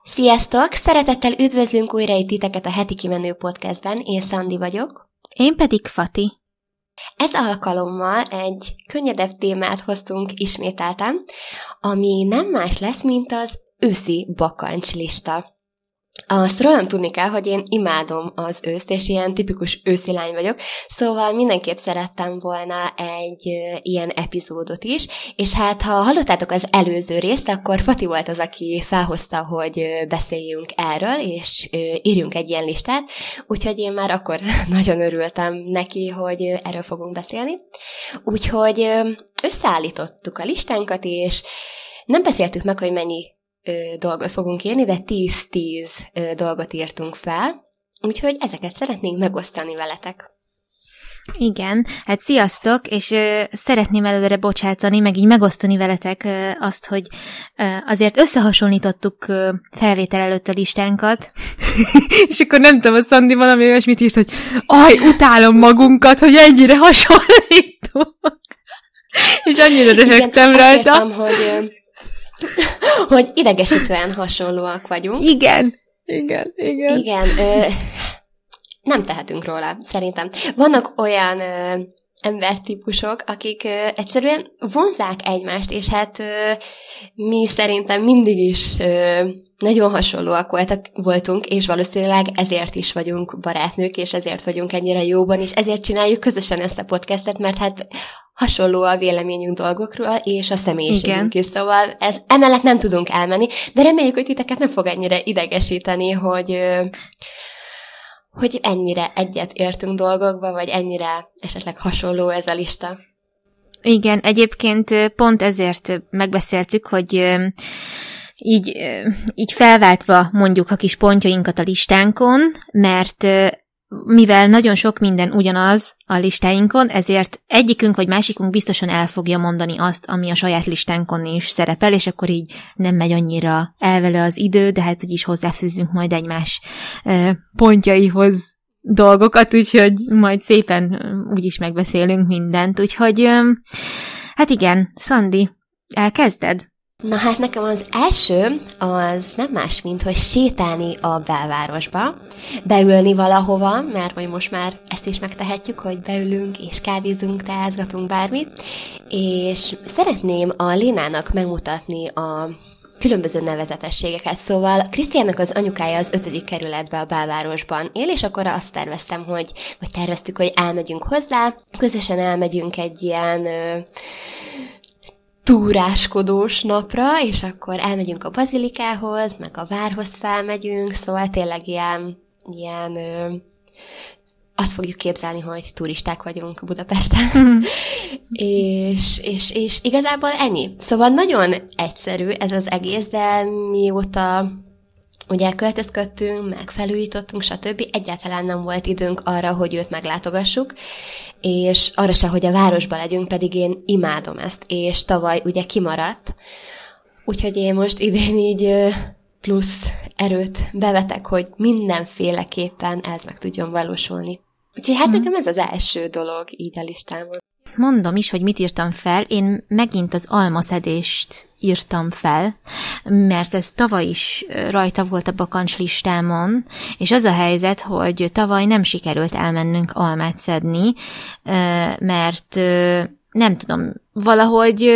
Sziasztok! Szeretettel üdvözlünk újra itt titeket a Heti Kimenő Podcastben. Én Szandi vagyok. Én pedig Fati. Ez alkalommal egy könnyedebb témát hoztunk ismételten, ami nem más lesz, mint az őszi bakancslista. Azt rólam tudni kell, hogy én imádom az őszt, és ilyen tipikus őszi lány vagyok, szóval mindenképp szerettem volna egy ilyen epizódot is, és hát ha hallottátok az előző részt, akkor Fati volt az, aki felhozta, hogy beszéljünk erről, és írjunk egy ilyen listát, úgyhogy én már akkor nagyon örültem neki, hogy erről fogunk beszélni. Úgyhogy összeállítottuk a listánkat, és nem beszéltük meg, hogy mennyi dolgot fogunk írni, de 10-10 dolgot írtunk fel, úgyhogy ezeket szeretnénk megosztani veletek. Igen, hát sziasztok, és szeretném előre bocsátani, meg így megosztani veletek azt, hogy azért összehasonlítottuk felvétel előtt a listánkat, és akkor nem tudom, a Szandi valami olyasmit írt, hogy utálom magunkat, hogy ennyire hasonlítunk. És annyira röhögtem rajta. Azt értem, hogy idegesítően hasonlóak vagyunk. Igen. Nem tehetünk róla, szerintem. Vannak olyan embertípusok, akik egyszerűen vonzák egymást, és hát mi szerintem mindig is nagyon hasonlóak voltunk, és valószínűleg ezért is vagyunk barátnők, és ezért vagyunk ennyire jóban, és ezért csináljuk közösen ezt a podcastet, mert hát hasonló a véleményünk dolgokról, és a személyiségünk is, szóval emellett nem tudunk elmenni, de reméljük, hogy titeket nem fog ennyire idegesíteni, hogy ennyire egyet értünk dolgokba, vagy ennyire esetleg hasonló ez a lista. Igen, egyébként pont ezért megbeszéltük, hogy így felváltva mondjuk a kis pontjainkat a listánkon, mert mivel nagyon sok minden ugyanaz a listáinkon, ezért egyikünk vagy másikunk biztosan el fogja mondani azt, ami a saját listánkon is szerepel, és akkor így nem megy annyira el vele az idő, de hát úgyis hozzáfűzzünk majd egymás pontjaihoz dolgokat, úgyhogy majd szépen úgyis megbeszélünk mindent. Úgyhogy, hát igen, Szandi, elkezded? Na hát nekem az első, az nem más, mint hogy sétálni a belvárosba, beülni valahova, mert hogy most már ezt is megtehetjük, hogy beülünk és kávézunk, teázgatunk bármit, és szeretném a Lénának megmutatni a különböző nevezetességeket. Szóval Krisztiánnak az anyukája az 5. kerületben a belvárosban él, és akkor azt terveztem, vagy terveztük, hogy elmegyünk hozzá, közösen elmegyünk egy ilyen túráskodós napra, és akkor elmegyünk a bazilikához, meg a várhoz felmegyünk, szóval tényleg ilyen azt fogjuk képzelni, hogy turisták vagyunk Budapesten. és igazából ennyi. Szóval nagyon egyszerű ez az egész, de mióta ugye költözködtünk, meg felújítottunk, stb. Egyáltalán nem volt időnk arra, hogy őt meglátogassuk, és arra se, hogy a városban legyünk, pedig én imádom ezt, és tavaly ugye kimaradt, úgyhogy én most idén így plusz erőt bevetek, hogy mindenféleképpen ez meg tudjon valósulni. Úgyhogy hát nekem ez az első dolog így a listámon. Mondom is, hogy mit írtam fel. Én megint az almaszedést írtam fel, mert ez tavaly is rajta volt a bakancslistámon, és az a helyzet, hogy tavaly nem sikerült elmennünk almát szedni, mert nem tudom, valahogy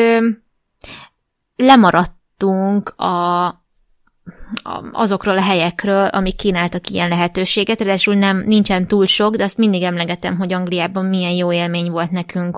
lemaradtunk azokról a helyekről, amik kínáltak ilyen lehetőséget, ráadásul nincsen túl sok, de azt mindig emlegetem, hogy Angliában milyen jó élmény volt nekünk,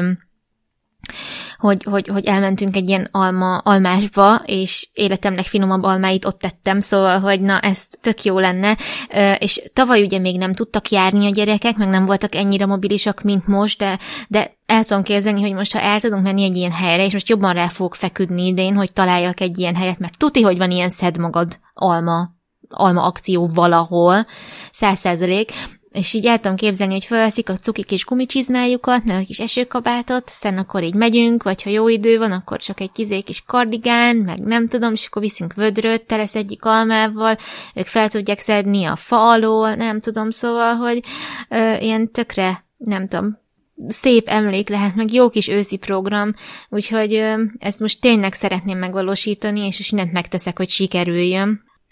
hogy elmentünk egy ilyen almásba, és életem legfinomabb almáit ott tettem, szóval, hogy na, ez tök jó lenne, és tavaly ugye még nem tudtak járni a gyerekek, meg nem voltak ennyire mobilisak, mint most, de el tudom képzelni, hogy most, ha el tudunk menni egy ilyen helyre, és most jobban rá fogok feküdni idén, hogy találjak egy ilyen helyet, mert tuti, hogy van ilyen szedd magad alma akció valahol, 100%, és így el tudom képzelni, hogy felveszik a cuki kis gumicsizmájukat, meg a kis esőkabátot, aztán akkor így megyünk, vagy ha jó idő van, akkor csak egy kis kardigán, meg nem tudom, és akkor viszünk vödröt, tele egyik almával, ők fel tudják szedni a fa alól, nem tudom, szóval, hogy ilyen tökre, nem tudom, szép emlék lehet, meg jó kis őszi program, úgyhogy ezt most tényleg szeretném megvalósítani, és mindent megteszek, hogy sikerüljön.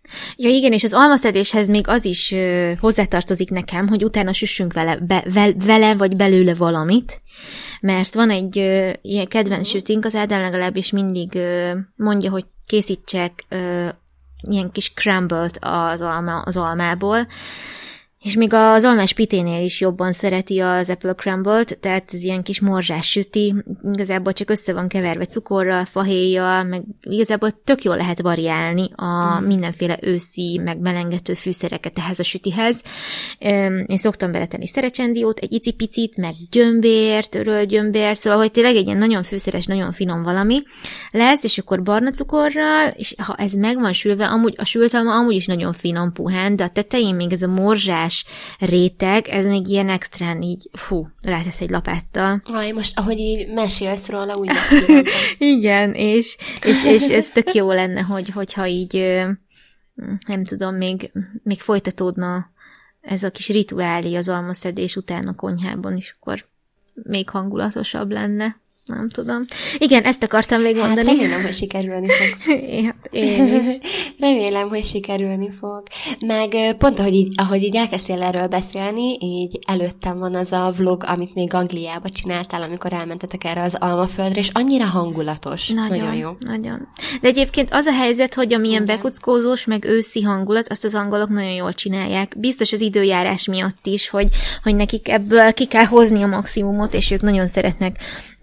Ja igen, és az almaszedéshez még az is hozzátartozik nekem, hogy utána süssünk vele vagy belőle valamit, mert van egy ilyen kedvenc sütink, az Ádám legalábbis mindig mondja, hogy készítsek ilyen kis crumble-t az almából, és még az almás piténél is jobban szereti az apple crumble-t, tehát ez ilyen kis morzsás süti, igazából csak össze van keverve cukorral, fahéjjal, meg igazából tök jól lehet variálni a mindenféle őszi, meg melengető fűszereket ehhez a sütihez. Én szoktam beletenni szerecsendiót, egy icipicit, meg gyömbért, örölgyömbért, szóval hogy tényleg egy ilyen nagyon fűszeres, nagyon finom valami lesz, és akkor barna cukorral, és ha ez meg van sülve, amúgy a sült alma amúgy is nagyon finom puhán, de a tetején még ez a morzsás réteg, ez még ilyen extrán így, rátesz egy lapáttal. Most, ahogy így mesélsz róla, úgy megkívántam. Igen, és ez tök jó lenne, hogyha így, nem tudom, még folytatódna ez a kis rituálé az almaszedés után a konyhában, és akkor még hangulatosabb lenne. Nem tudom. Igen, ezt akartam még mondani. Remélem, hogy sikerülni fog. Én is. Remélem, hogy sikerülni fog. Meg pont, ahogy így elkezdtél erről beszélni, így előttem van az a vlog, amit még Angliába csináltál, amikor elmentetek erre az almaföldre, és annyira hangulatos. Nagyon jó. Nagyon. De egyébként az a helyzet, hogy amilyen bekuckózós, meg őszi hangulat, azt az angolok nagyon jól csinálják. Biztos az időjárás miatt is, hogy nekik ebből ki kell hozni a maximumot, és ők nagyon szeretnek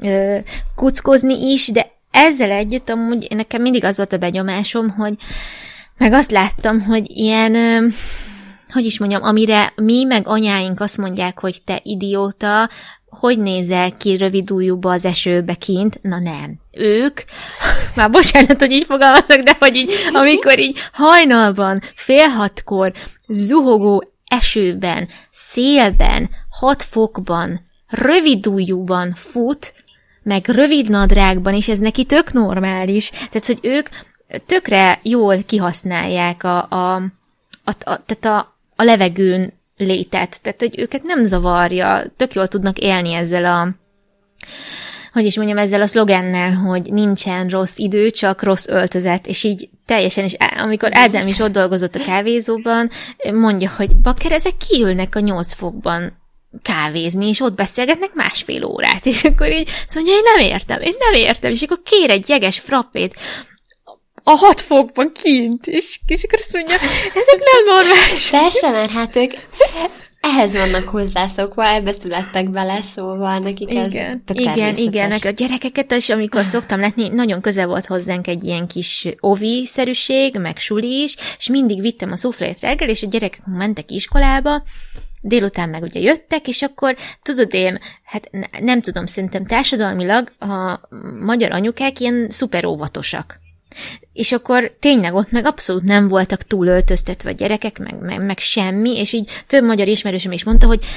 kuckózni is, de ezzel együtt amúgy nekem mindig az volt a benyomásom, hogy meg azt láttam, hogy ilyen, hogy is mondjam, amire mi meg anyáink azt mondják, hogy te idióta, hogy nézel ki rövid ujjúba az esőbe kint? Na nem. Ők, már bocsánat, hogy így fogalmazok, de hogy így, amikor így hajnalban, 5:30 zuhogó esőben, szélben, 6 fokban, rövid ujjúban fut, meg rövid nadrágban, és ez neki tök normális. Tehát, hogy ők tökre jól kihasználják a levegőn létet. Tehát, hogy őket nem zavarja, tök jól tudnak élni ezzel ezzel a szlogennel, hogy nincsen rossz idő, csak rossz öltözet, és így teljesen is, amikor Ádám is ott dolgozott a kávézóban, mondja, hogy bakker, ezek kiülnek a 8 fokban kávézni, és ott beszélgetnek 1,5 órát, és akkor így azt mondja, én nem értem, és akkor kér egy jeges frappét a 6 fokban kint, és akkor azt mondja, ezek nem normális. Persze, mert hát ők ehhez vannak hozzászokva, ebbe születtek bele, szóval nekik ez tök természetes. Igen, a gyerekeket is, amikor szoktam látni, nagyon közel volt hozzánk egy ilyen kis ovi-szerűség, meg suli is, és mindig vittem a szuflét reggel, és a gyerekek mentek iskolába, délután meg ugye jöttek, és akkor tudod én, hát nem tudom, szerintem társadalmilag a magyar anyukák ilyen szuper óvatosak. És akkor tényleg ott meg abszolút nem voltak túlöltöztetve a gyerekek, meg semmi, és így több magyar ismerősöm is mondta, hogy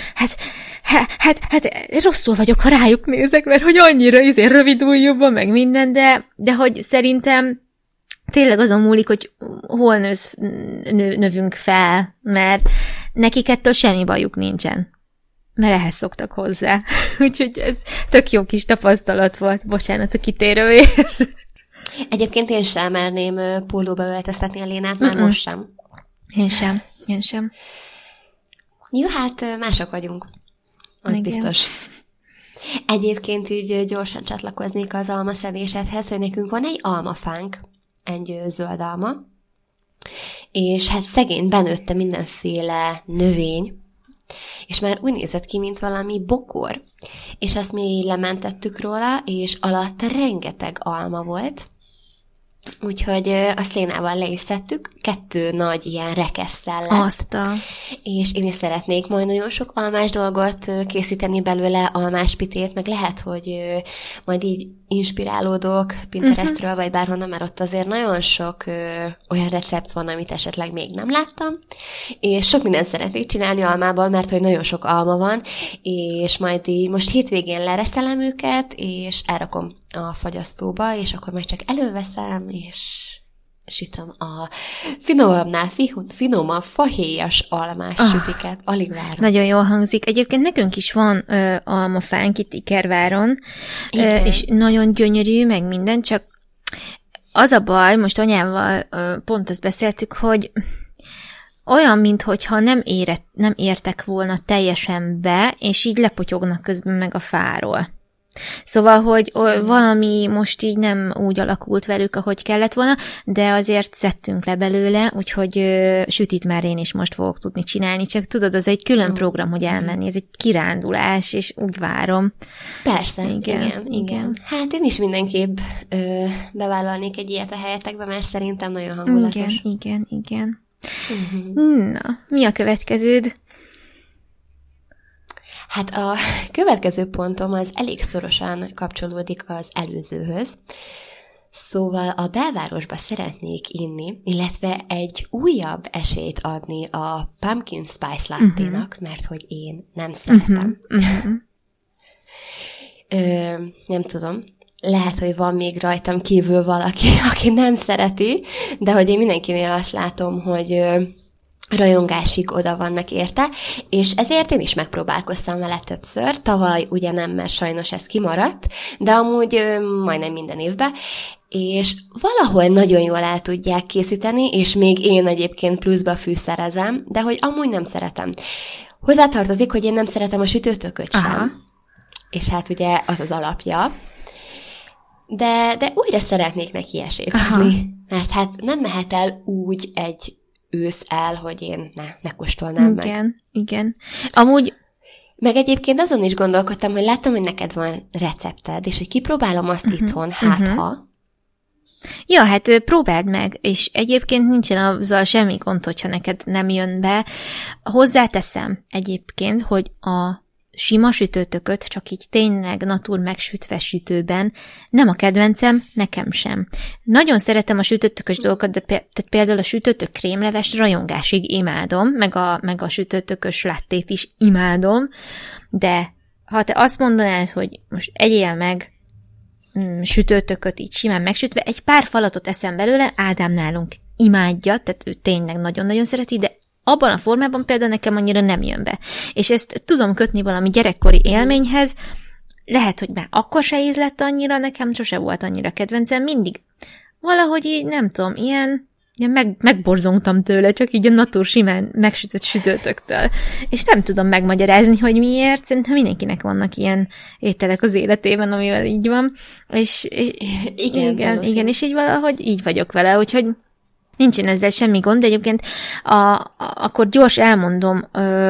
hát rosszul vagyok, ha rájuk nézek, mert hogy annyira rövid ujjúban, meg minden, de hogy szerintem tényleg azon múlik, hogy hol növünk fel, mert nekik ettől semmi bajuk nincsen. Mert ehhez szoktak hozzá. Úgyhogy ez tök jó kis tapasztalat volt. Bocsánat a kitérőért. Egyébként én sem merném pólóba öltöztetni a Lénát, már most sem. Én sem. Jó, hát mások vagyunk. Az igen. Biztos. Egyébként így gyorsan csatlakoznék az almaszedésedhez, hogy nekünk van egy almafánk, egy zöld alma, és hát szegény benőtte mindenféle növény, és már úgy nézett ki, mint valami bokor, és azt mi lementettük róla, és alatt rengeteg alma volt, úgyhogy azt Lénával le is szedtük, 2 nagy ilyen rekesszel lett. És én is szeretnék majd nagyon sok almás dolgot készíteni belőle, almás pitét, meg lehet, hogy majd így inspirálódok Pinterestről, vagy bárhonnan, mert ott azért nagyon sok olyan recept van, amit esetleg még nem láttam, és sok mindent szeretnék csinálni almából, mert hogy nagyon sok alma van, és majd így most hétvégén lereszelem őket, és elrakom a fagyasztóba, és akkor majd csak előveszem, és sütöm a finomabbnál finomabb fahéjas almás sütiket. Alig várom. Nagyon jól hangzik. Egyébként nekünk is van almafánk itt Ikerváron, és nagyon gyönyörű, meg minden, csak Az a baj, most anyával pont azt beszéltük, hogy olyan, minthogyha nem értek volna teljesen be, és így lepotyognak közben meg a fáról. Szóval, hogy valami most így nem úgy alakult velük, ahogy kellett volna, de azért szedtünk le belőle, úgyhogy sütit már én is most fogok tudni csinálni, csak tudod, az egy külön program, hogy elmenni, ez egy kirándulás, és úgy várom. Persze, igen. Hát én is mindenképp bevállalnék egy ilyet a helyetekbe, mert szerintem nagyon hangulatos. Igen. Uh-huh. Na, mi a következőd? Hát a következő pontom az elég szorosan kapcsolódik az előzőhöz. Szóval a belvárosba szeretnék inni, illetve egy újabb esélyt adni a pumpkin spice latténak, mert hogy én nem szeretem. Nem tudom. Lehet, hogy van még rajtam kívül valaki, aki nem szereti, de hogy én mindenkinél azt látom, hogy rajongásig oda vannak érte, és ezért én is megpróbálkoztam vele többször. Tavaly ugye nem, mert sajnos ez kimaradt, de amúgy majdnem minden évben, és valahol nagyon jól el tudják készíteni, és még én egyébként pluszba fűszerezem, de hogy amúgy nem szeretem. Hozzátartozik, hogy én nem szeretem a sütőtököt sem. Aha. És hát ugye az az alapja. De újra szeretnék neki esélyt adni, mert hát nem mehet el úgy egy ősz el, hogy én ne kóstolnám meg. Igen. Amúgy... Meg egyébként azon is gondolkodtam, hogy láttam, hogy neked van recepted, és hogy kipróbálom azt itthon, ha... Ja, hát próbáld meg, és egyébként nincsen azzal semmi gond, hogyha neked nem jön be. Hozzáteszem egyébként, hogy a sima sütőtököt, csak így tényleg natur megsütve sütőben, nem a kedvencem, nekem sem. Nagyon szeretem a sütőtökös dolgokat, de tehát például a sütőtök krémleves rajongásig imádom, meg a sütőtökös lattét is imádom, de ha te azt mondanád, hogy most egyél meg sütőtököt így simán megsütve, egy pár falatot eszem belőle, Ádám nálunk imádja, tehát ő tényleg nagyon-nagyon szereti, de abban a formában például nekem annyira nem jön be. És ezt tudom kötni valami gyerekkori élményhez, lehet, hogy már akkor se ízlett annyira, nekem sose volt annyira kedvencem, mindig valahogy így, nem tudom, ilyen megborzongtam tőle, csak így a natur simán megsütött sütőtöktől. És nem tudom megmagyarázni, hogy miért, szerintem mindenkinek vannak ilyen ételek az életében, amivel így van. És igen, és így valahogy így vagyok vele, úgyhogy nincsen ezzel semmi gond, de egyébként akkor gyors elmondom,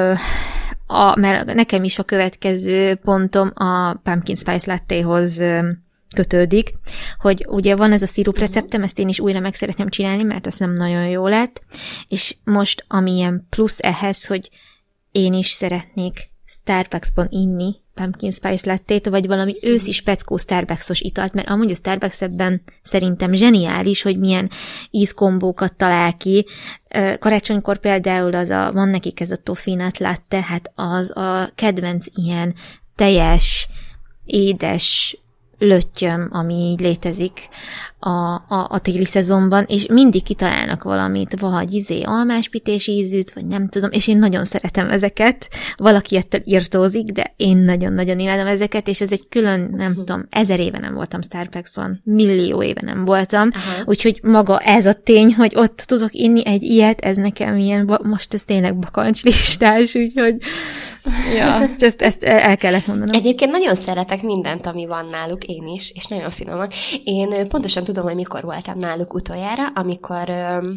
mert nekem is a következő pontom a pumpkin spice lattéhoz kötődik, hogy ugye van ez a szirup receptem, ezt én is újra meg szeretném csinálni, mert az nem nagyon jó lett, és most amilyen plusz ehhez, hogy én is szeretnék Starbucksban inni pumpkin spice lattét, vagy valami őszi speckó Starbucksos italt, mert amúgy a Starbucks ebben szerintem zseniális, hogy milyen ízkombókat talál ki. Karácsonykor például van nekik ez a toffee nut latte, hát az a kedvenc ilyen teljes, édes löttyöm, ami így létezik a téli szezonban, és mindig kitalálnak valamit, vagy almáspités ízűt, vagy nem tudom, és én nagyon szeretem ezeket. Valaki ettől irtózik, de én nagyon-nagyon imádom ezeket, és ez egy külön, nem tudom, 1000 éve nem voltam Starbucksban, millió éve nem voltam, úgyhogy maga ez a tény, hogy ott tudok inni egy ilyet, ez nekem ilyen, most ez tényleg bakancslistás, úgyhogy ja, ezt el kellett mondanom. Egyébként nagyon szeretek mindent, ami van náluk, én is, és nagyon finomak. Én pontosan tudom, hogy mikor voltam náluk utoljára, amikor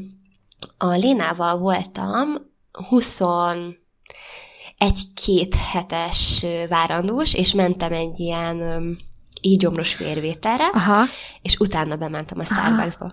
a Lénával voltam 21-2 hetes várandós, és mentem egy ilyen ígyomros vérvételre, és utána bementem a Starbucksba.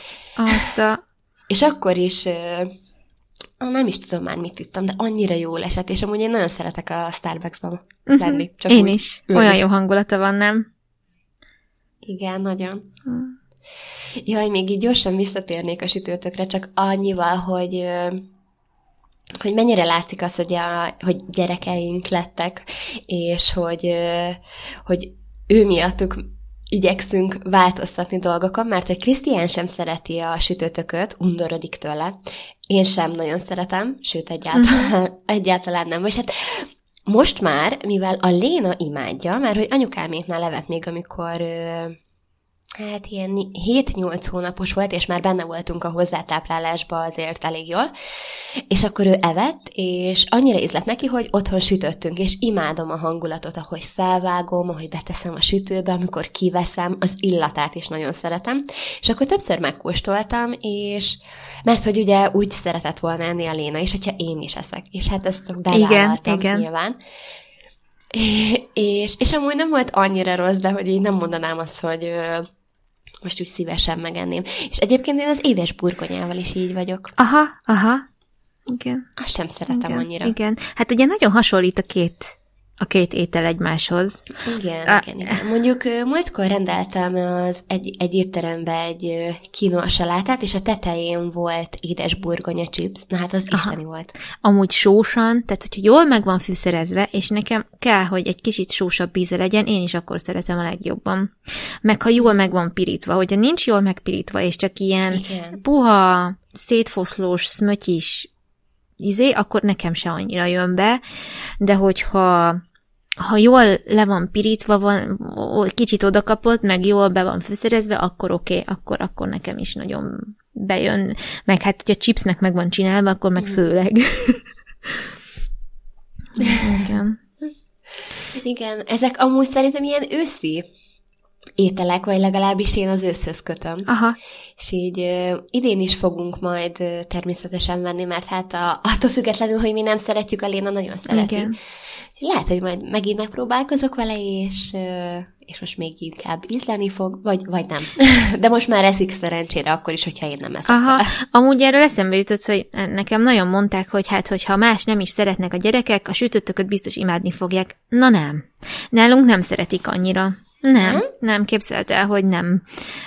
És akkor is nem is tudom már, mit ittam, de annyira jól esett, és amúgy én nagyon szeretek a Starbucksban lenni. Csak én is. Ülni. Olyan jó hangulata van, nem? Igen, nagyon. Jaj, még így gyorsan visszatérnék a sütőtökre, csak annyival, hogy mennyire látszik az, hogy gyerekeink lettek, és hogy ő miattuk igyekszünk változtatni dolgokon, mert hogy Krisztián sem szereti a sütőtököt, undorodik tőle. Én sem nagyon szeretem, sőt egyáltalán nem. És hát most már, mivel a Léna imádja, mert hogy anyukáméknál levet még, amikor hát ilyen 7-8 hónapos volt, és már benne voltunk a hozzátáplálásba azért elég jól, és akkor ő evett, és annyira ízlett neki, hogy otthon sütöttünk, és imádom a hangulatot, ahogy felvágom, ahogy beteszem a sütőbe, amikor kiveszem, az illatát is nagyon szeretem, és akkor többször megkóstoltam, és mert hogy ugye úgy szeretett volna enni a Léna is, hogyha én is eszek, és hát ezt bevállaltam nyilván. És amúgy nem volt annyira rossz, de hogy így nem mondanám azt, hogy most úgy szívesen megenném. És egyébként én az édes burgonyával is így vagyok. Aha. Igen. Azt sem szeretem annyira. Igen. Hát ugye nagyon hasonlít a két étel egymáshoz. Igen. Mondjuk múltkor rendeltem egy étterembe egy quinoa salátát, és a tetején volt édes burgonya chips. Na hát az isteni volt. Amúgy sósan, tehát hogyha jól meg van fűszerezve, és nekem kell, hogy egy kicsit sósabb íze legyen, én is akkor szeretem a legjobban. Meg ha jól meg van pirítva, hogyha nincs jól megpirítva, és csak ilyen puha, szétfoszlós, szmötyis akkor nekem se annyira jön be, de hogyha jól le van pirítva, kicsit odakapott, meg jól be van fűszerezve, akkor oké, akkor nekem is nagyon bejön. Meg hát, hogyha chipsnek meg van csinálva, akkor meg főleg. Igen, ezek amúgy szerintem ilyen őszi ételek, vagy legalábbis én az őszhöz kötöm. Aha. És így idén is fogunk majd természetesen venni, mert hát attól függetlenül, hogy mi nem szeretjük, a Léna nagyon szereti. Igen. Lehet, hogy majd megint megpróbálkozok vele, és most még inkább ízleni fog, vagy nem. De most már eszik szerencsére, akkor is, hogyha én nem eszek. Aha, amúgy erről eszembe jutott, hogy nekem nagyon mondták, hogy hát, hogyha más nem is szeretnek a gyerekek, a sütőtököt biztos imádni fogják. Na nem. Nálunk nem szeretik annyira. Nem képzeld el, hogy nem.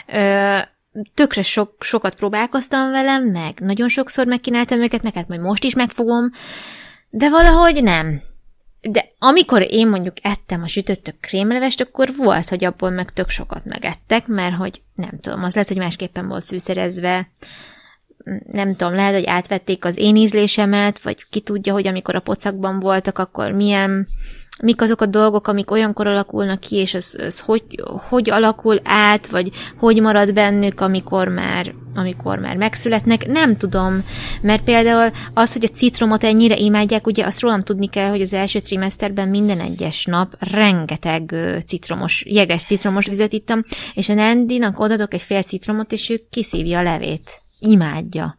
Tökre sokat próbálkoztam velem, meg nagyon sokszor megkínáltam őket, meg hát majd most is megfogom, de valahogy nem. De amikor én mondjuk ettem a sütöttök krémlevest, akkor volt, hogy abból meg tök sokat megettek, mert hogy nem tudom, az lehet, hogy másképpen volt fűszerezve, nem tudom, lehet, hogy átvették az én ízlésemet, vagy ki tudja, hogy amikor a pocakban voltak, akkor mik azok a dolgok, amik olyankor alakulnak ki, és az hogy alakul át, vagy hogy marad bennük, amikor már megszületnek. Nem tudom, mert például az, hogy a citromot ennyire imádják, ugye azt rólam tudni kell, hogy az első trimeszterben minden egyes nap rengeteg jeges citromos vizet ittam, és a Nandinak odadok egy fél citromot, és ő kiszívja a levét. Imádja.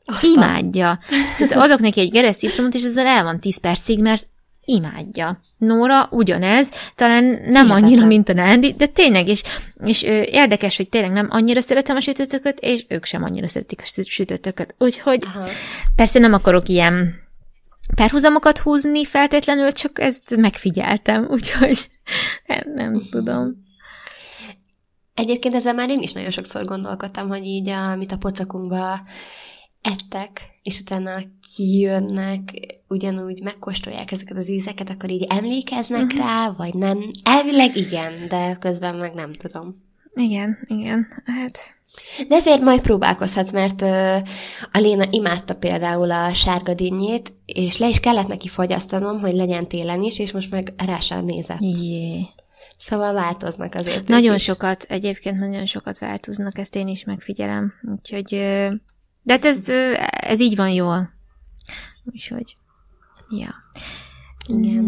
Tehát adok neki egy gereszt citromot, és ezzel el van 10 percig, mert imádja. Nóra ugyanez, talán nem annyira, mint a Nandi, de tényleg, és érdekes, hogy tényleg nem annyira szeretem a sütőtököt, és ők sem annyira szeretik a sütőtököt. Úgyhogy persze nem akarok ilyen párhuzamokat húzni feltétlenül, csak ezt megfigyeltem, úgyhogy nem tudom. Egyébként ezzel már én is nagyon sokszor gondolkodtam, hogy így, amit a pocakunkba ettek, és utána kijönnek, ugyanúgy megkóstolják ezeket az ízeket, akkor így emlékeznek rá, vagy nem? Elvileg igen, de közben meg nem tudom. Igen, hát... De ezért majd próbálkozhatsz, mert a Léna imádta például a sárga dinnyét, és le is kellett neki fogyasztanom, hogy legyen télen is, és most meg rá sem nézett. Jé. Szóval változnak azért. Egyébként nagyon sokat változnak, ezt én is megfigyelem. Úgyhogy... De hát ez így van jól. Úgyhogy... Ja. Igen.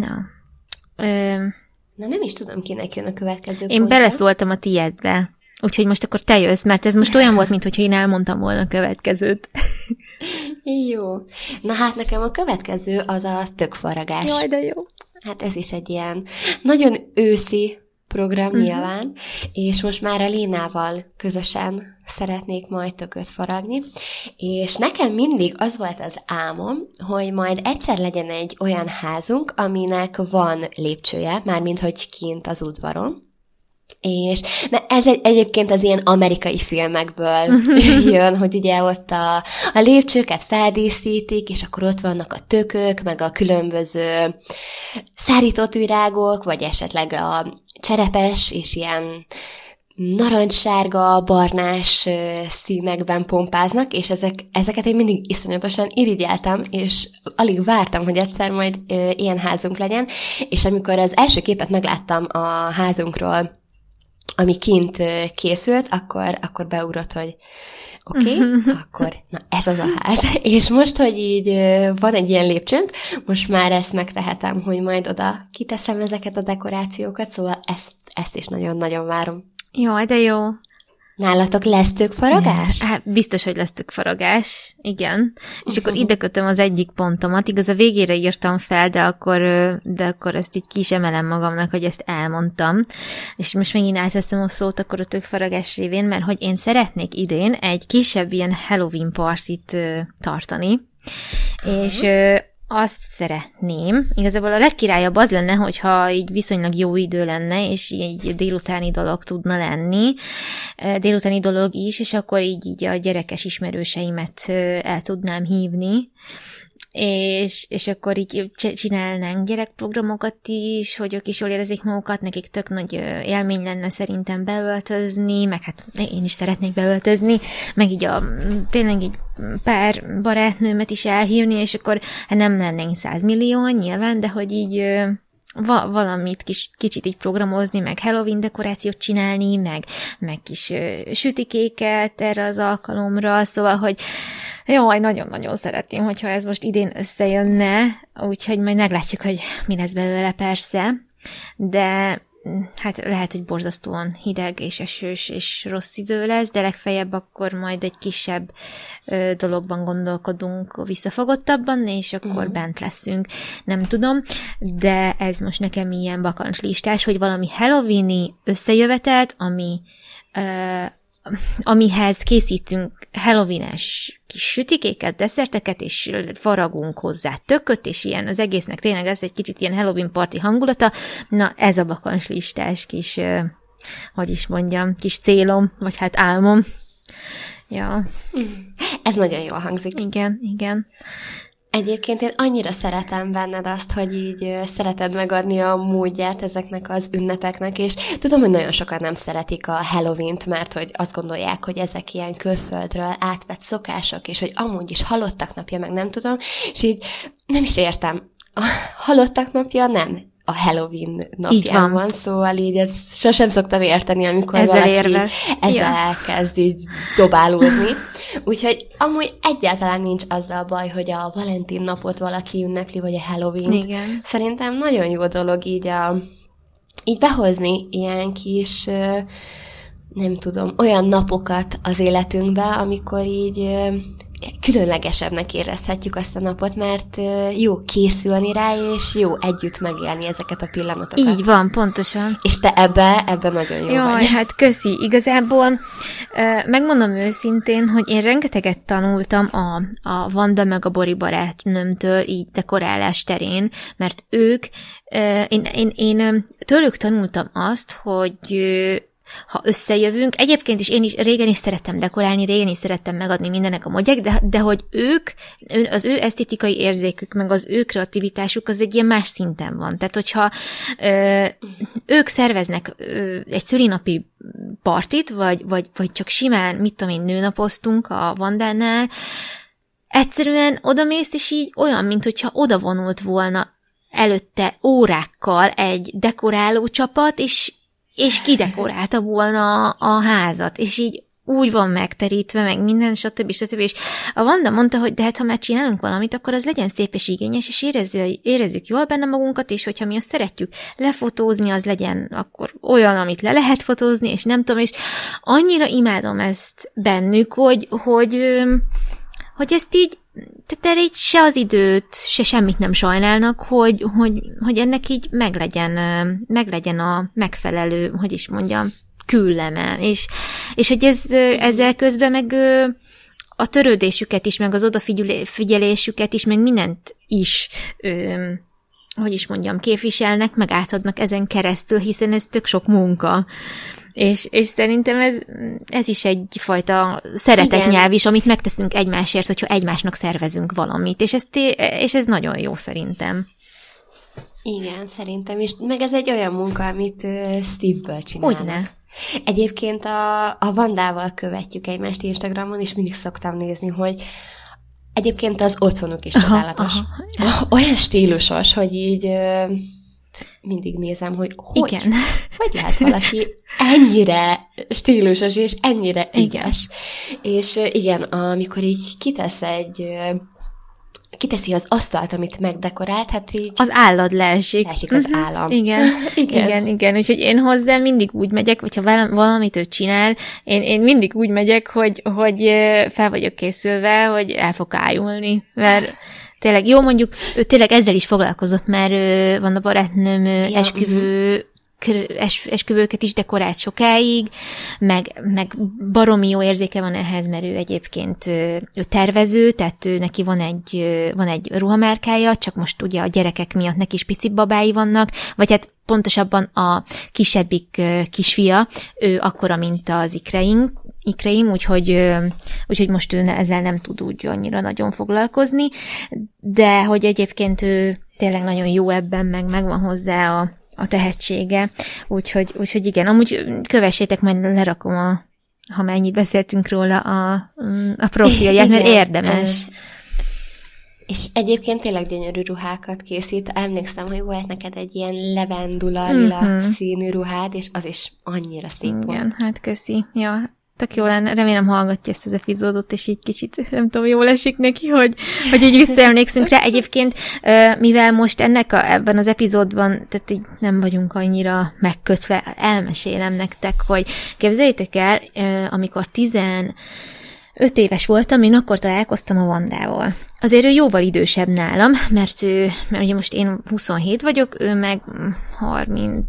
Na nem is tudom, kinek jön a következő Én beleszóltam a tiédbe. Úgyhogy most akkor te jössz, mert ez most olyan volt, mintha én elmondtam volna a következőt. Jó. Na hát nekem a következő az a tökfaragás. Jaj, de jó. Hát ez is egy ilyen nagyon őszi program nyilván, és most már a Lénával közösen szeretnék majd tököt faragni, és nekem mindig az volt az álmom, hogy majd egyszer legyen egy olyan házunk, aminek van lépcsője, mármint hogy kint az udvaron, és ez egyébként az ilyen amerikai filmekből jön, hogy ugye ott a lépcsőket feldíszítik, és akkor ott vannak a tökök, meg a különböző szárított virágok, vagy esetleg a cserepes és ilyen narancssárga, barnás színekben pompáznak, és ezeket én mindig iszonyatosan irigyeltem, és alig vártam, hogy egyszer majd ilyen házunk legyen, és amikor az első képet megláttam a házunkról ami kint készült, akkor beugrott, hogy oké, akkor na ez az a ház. És most, hogy így van egy ilyen lépcsőnk, most már ezt megtehetem, hogy majd oda kiteszem ezeket a dekorációkat, szóval ezt is nagyon-nagyon várom. Jó, de jó. Nálatok lesz tőkfaragás? Hát biztos, hogy lesz tőkfaragás, igen. És akkor ide kötöm az egyik pontomat, igaz a végére írtam fel, de akkor ezt így ki is emelem magamnak, hogy ezt elmondtam. És most megint áteszem a szót akkor a tőkfaragás révén, mert hogy én szeretnék idén egy kisebb ilyen Halloween partit tartani, és azt szeretném, igazából a legkirályabb az lenne, hogyha így viszonylag jó idő lenne, és így délutáni dolog tudna lenni, délutáni dolog is, és akkor így a gyerekes ismerőseimet el tudnám hívni, és akkor így csinálnánk gyerekprogramokat is, hogy ők is jól érezzék magukat, nekik tök nagy élmény lenne szerintem beöltözni, meg hát én is szeretnék beöltözni, meg így tényleg így pár barátnőmet is elhívni, és akkor hát nem lennénk 100 millióan nyilván, de hogy így valamit kicsit így programozni, meg Halloween dekorációt csinálni, meg kis sütikéket erre az alkalomra, szóval, hogy jaj, nagyon-nagyon szeretném, hogyha ez most idén összejönne, úgyhogy majd meglátjuk, hogy mi lesz belőle persze, de hát lehet, hogy borzasztóan hideg és esős és rossz idő lesz, de legfeljebb akkor majd egy kisebb dologban gondolkodunk visszafogottabban, és akkor bent leszünk. Nem tudom, de ez most nekem ilyen bakancslistás, hogy valami Halloween-i összejövetelt, amihez készítünk Halloween-es kis sütikéket, desszerteket, és faragunk hozzá tököt, és ilyen az egésznek tényleg ez egy kicsit ilyen Halloween party hangulata. Na, ez a bakancslistás kis, hogy is mondjam, kis célom, vagy hát álmom. Ja. Ez nagyon jól hangzik. Igen. Egyébként én annyira szeretem benned azt, hogy így szereted megadni a módját ezeknek az ünnepeknek, és tudom, hogy nagyon sokan nem szeretik a Halloween-t, mert hogy azt gondolják, hogy ezek ilyen külföldről átvett szokások, és hogy amúgy is halottak napja, meg nem tudom, és így nem is értem. A halottak napja nem a Halloween napján van, szóval így ezt sosem szoktam érteni, amikor ezzel elkezd így dobálózni. Úgyhogy amúgy egyáltalán nincs azzal baj, hogy a Valentin napot valaki ünnepli, vagy a Halloween. Igen. Szerintem nagyon jó dolog így behozni ilyen kis, nem tudom, olyan napokat az életünkbe, amikor így különlegesebbnek érezhetjük azt a napot, mert jó készülni rá, és jó együtt megélni ezeket a pillanatokat. Így van, pontosan. És te ebbe nagyon jó Jaj, vagy. Hát köszi. Igazából megmondom őszintén, hogy én rengeteget tanultam a Vanda meg a Bori barátnőmtől így dekorálás terén, mert ők, én tőlük tanultam azt, hogy ha összejövünk. Egyébként is én is régen is szerettem dekorálni, régen is szerettem megadni mindennek a módját, de hogy az ő esztétikai érzékük, meg az ő kreativitásuk az egy ilyen más szinten van. Tehát, hogyha ők szerveznek egy szülinapi partit, vagy csak simán, mit tudom én, nőnapoztunk a Vandánál, egyszerűen odamész, és így olyan, mint hogyha oda vonult volna előtte órákkal egy dekoráló csapat, és kidekorálta volna a házat, és így úgy van megterítve, meg minden, stb. És a Vanda mondta, hogy de hát ha már csinálunk valamit, akkor az legyen szép és igényes, és érezzük jól benne magunkat, és hogyha mi azt szeretjük lefotózni, az legyen akkor olyan, amit le lehet fotózni, és nem tudom, és annyira imádom ezt bennük, hogy ezt így, tehát erre így se az időt, se semmit nem sajnálnak, hogy ennek így meglegyen a megfelelő, hogy is mondjam, külleme, és hogy ezzel közben meg a törődésüket is, meg az odafigyelésüket is, meg mindent is, hogy is mondjam, képviselnek, meg átadnak ezen keresztül, hiszen ez tök sok munka. És szerintem ez is egyfajta szeretetnyelv is, amit megteszünk egymásért, hogyha egymásnak szervezünk valamit, és ez nagyon jó szerintem. Igen, szerintem is. Meg ez egy olyan munka, amit Steve-ből csinálnak. Hogyne. Egyébként a Vandával követjük egymást Instagramon, és mindig szoktam nézni, hogy egyébként az otthonuk is csodálatos. Olyan stílusos, hogy így mindig nézem, hogy igen. Hogy lehet valaki ennyire stílusos és ennyire ügyes. És igen, amikor így kiteszi az asztalt, amit megdekorált, hát így... Az állad leesik. Leesik az állam. Igen. Úgyhogy én hozzá mindig úgy megyek, hogyha valamit ő csinál, én mindig úgy megyek, hogy fel vagyok készülve, hogy el fog ájulni. Mert tényleg, jó, mondjuk, ő tényleg ezzel is foglalkozott, mert van a barátnőm esküvőket is dekorált sokáig, meg baromi jó érzéke van ehhez, mert ő egyébként ő tervező, tehát neki van egy ruhamárkája, csak most ugye a gyerekek miatt neki is pici babái vannak, vagy hát pontosabban a kisebbik kisfia, ő akkora, mint az ikreim, úgyhogy most ő ezzel nem tud úgy annyira nagyon foglalkozni, de hogy egyébként ő tényleg nagyon jó ebben, megvan hozzá a tehetsége, úgyhogy igen, amúgy kövessétek, majd lerakom ha már ennyit beszéltünk róla a profilját, mert érdemes. És egyébként tényleg gyönyörű ruhákat készít. Emlékszem, hogy volt neked egy ilyen levendula lila színű ruhád, és az is annyira szép volt. Igen, hát köszi. Ja, tök jó lenne, remélem hallgatja ezt az epizódot, és így kicsit, nem tudom, jól esik neki, hogy így visszaemlékszünk rá. Egyébként, mivel most ebben az epizódban, tehát így nem vagyunk annyira megkötve, elmesélem nektek, hogy képzeljétek el, amikor 15 éves voltam, én akkor találkoztam a Vandával. Azért ő jóval idősebb nálam, mert ugye most én 27 vagyok, ő meg 37,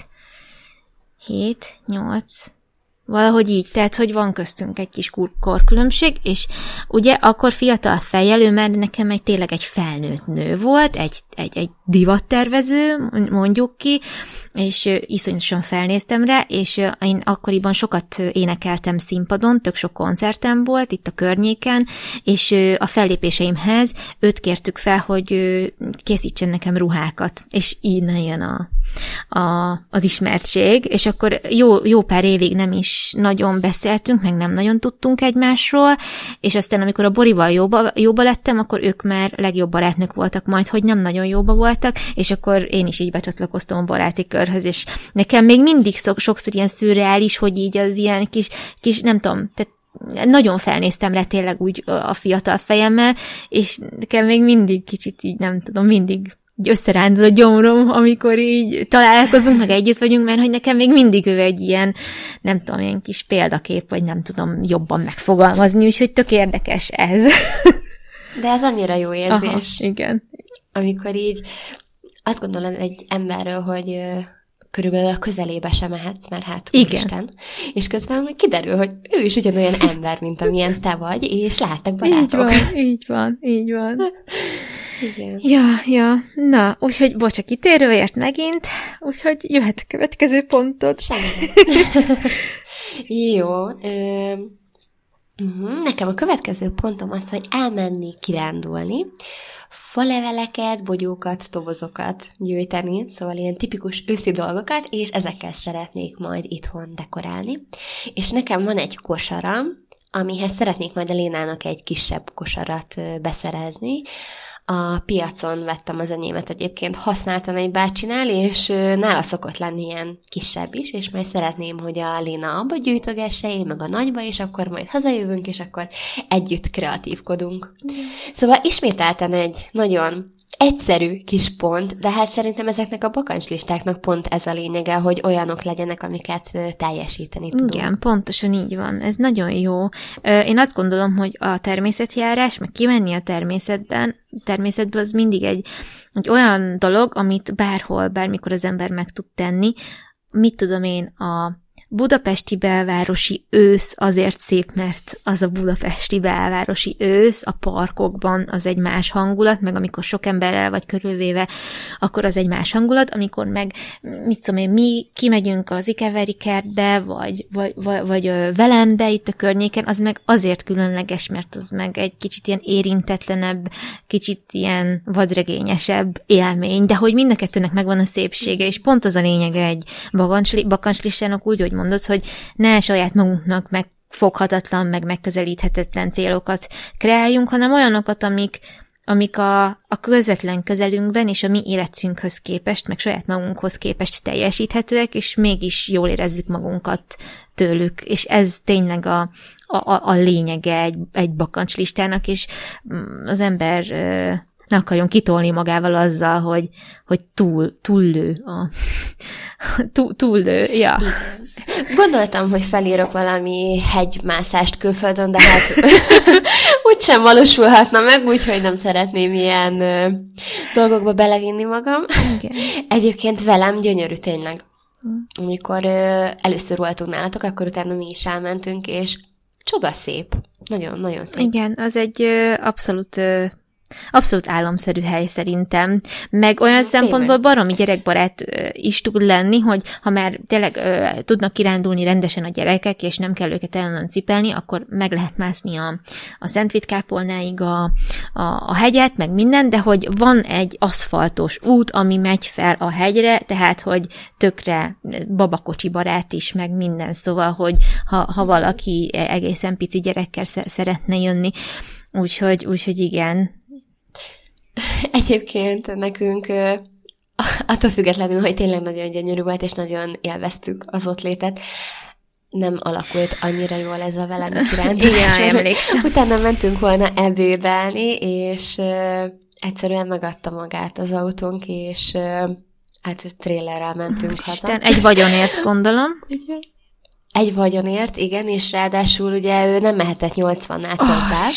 8, valahogy így, tehát, hogy van köztünk egy kis korkülönbség, és ugye akkor fiatal fejjel, ő már nekem tényleg egy felnőtt nő volt, egy divattervező, mondjuk ki, és iszonyatosan felnéztem rá, és én akkoriban sokat énekeltem színpadon, tök sok koncertem volt itt a környéken, és a fellépéseimhez őt kértük fel, hogy készítsen nekem ruhákat, és innen jön az ismertség, és akkor jó pár évig nem is nagyon beszéltünk, meg nem nagyon tudtunk egymásról, és aztán amikor a Borival jóba lettem, akkor ők már legjobb barátnők voltak majd, hogy nem nagyon jóba voltak, és akkor én is így becsatlakoztam a baráti körhöz, és nekem még mindig sokszor ilyen szürreális, hogy így az ilyen kis nem tudom, tehát nagyon felnéztem rá tényleg úgy a fiatal fejemmel, és nekem még mindig kicsit így nem tudom, mindig így összerándul a gyomrom, amikor így találkozunk, meg együtt vagyunk, mert hogy nekem még mindig ő egy ilyen, nem tudom, ilyen kis példakép, vagy nem tudom jobban megfogalmazni, úgyhogy tök érdekes ez. De ez annyira jó érzés. Aha, igen. Amikor így azt gondolod egy emberről, hogy körülbelül a közelébe sem mehetsz, mert hát Isten. És közben kiderül, hogy ő is ugyanolyan ember, mint amilyen te vagy, és láttak barátok. Így van. Igen. Ja. Na, úgyhogy bocs, a kitérőért megint, úgyhogy jöhet a következő pontod. Semmi. Jó. Nekem a következő pontom az, hogy elmenni kirándulni, faleveleket, bogyókat, tobozokat gyűjteni, szóval ilyen tipikus őszi dolgokat, és ezekkel szeretnék majd itthon dekorálni. És nekem van egy kosaram, amihez szeretnék majd a Lénának egy kisebb kosarat beszerezni. A piacon vettem az enyémet egyébként, használtam egy bácsinál, és nála szokott lenni ilyen kisebb is, és majd szeretném, hogy a Léna abba gyűjtögesse, én meg a nagyba, és akkor majd hazajövünk, és akkor együtt kreatívkodunk. Szóval ismételten egy nagyon egyszerű kis pont, de hát szerintem ezeknek a bakancslistáknak pont ez a lényege, hogy olyanok legyenek, amiket teljesíteni tudunk. Igen, pontosan így van. Ez nagyon jó. Én azt gondolom, hogy a természetjárás, meg kimenni a természetbe az mindig egy olyan dolog, amit bármikor az ember meg tud tenni. Mit tudom én, a budapesti belvárosi ősz azért szép, mert az a budapesti belvárosi ősz, a parkokban az egy más hangulat, meg amikor sok emberrel vagy körülvéve, akkor az egy más hangulat, amikor meg, mit tudom én, mi kimegyünk az Ikeveri kertbe, vagy Velembe itt a környéken, az meg azért különleges, mert az meg egy kicsit ilyen érintetlenebb, kicsit ilyen vadregényesebb élmény, de hogy mind a kettőnek megvan a szépsége, és pont az a lényege egy bakancslistának úgy, hogy mondod, hogy ne saját magunknak megfoghatatlan, meg megközelíthetetlen célokat kreáljunk, hanem olyanokat, amik a közvetlen közelünkben és a mi életünkhöz képest, meg saját magunkhoz képest teljesíthetőek, és mégis jól érezzük magunkat tőlük, és ez tényleg a lényege egy bakancslistának, és az ember ne akarjon kitolni magával azzal, hogy túllő. Túllő, ja. Gondoltam, hogy felírok valami hegymászást külföldön, de hát úgysem valósulhatna meg, úgyhogy nem szeretném ilyen dolgokba belevinni magam. Igen. Egyébként velem gyönyörű tényleg. Amikor először voltunk nálatok, akkor utána mi is elmentünk, és csoda szép. Nagyon-nagyon szép. Igen, az egy abszolút álomszerű hely szerintem, meg olyan szempontból baromi gyerekbarát is tud lenni, hogy ha már tényleg tudnak kirándulni rendesen a gyerekek, és nem kell őket ellenan cipelni, akkor meg lehet mászni a Szentvitt-kápolnáig a hegyet, meg minden, de hogy van egy aszfaltos út, ami megy fel a hegyre, tehát hogy tökre babakocsi barát is, meg minden, szóval, hogy ha valaki egészen pici gyerekkel szeretne jönni, úgyhogy igen. Egyébként nekünk attól függetlenül, hogy tényleg nagyon gyönyörű volt, és nagyon élveztük az ott létet, nem alakult annyira jól ez a velem kirándulás. Igen, emlékszem. Utána mentünk volna ebédelni, és egyszerűen megadta magát az autónk, és hát trélerrel mentünk haza. Egy vagyonért, gondolom. Egy vagyonért, igen, és ráadásul ugye ő nem mehetett 80-nál többet.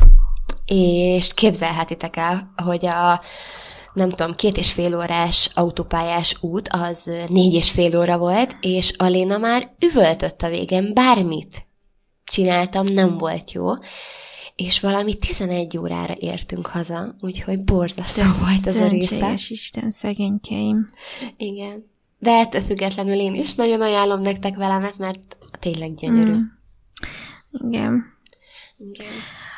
És képzelhetitek el, hogy a nem tudom, 2,5 órás autópályás út az 4,5 óra volt, és a Léna már üvöltött a végén, bármit csináltam, nem volt jó, és valami 11 órára értünk haza, úgyhogy borzasztó volt az a része. Szentséges Isten, szegénykeim. Igen. De ettől függetlenül én is nagyon ajánlom nektek velemet, mert tényleg gyönyörű. Igen. Igen.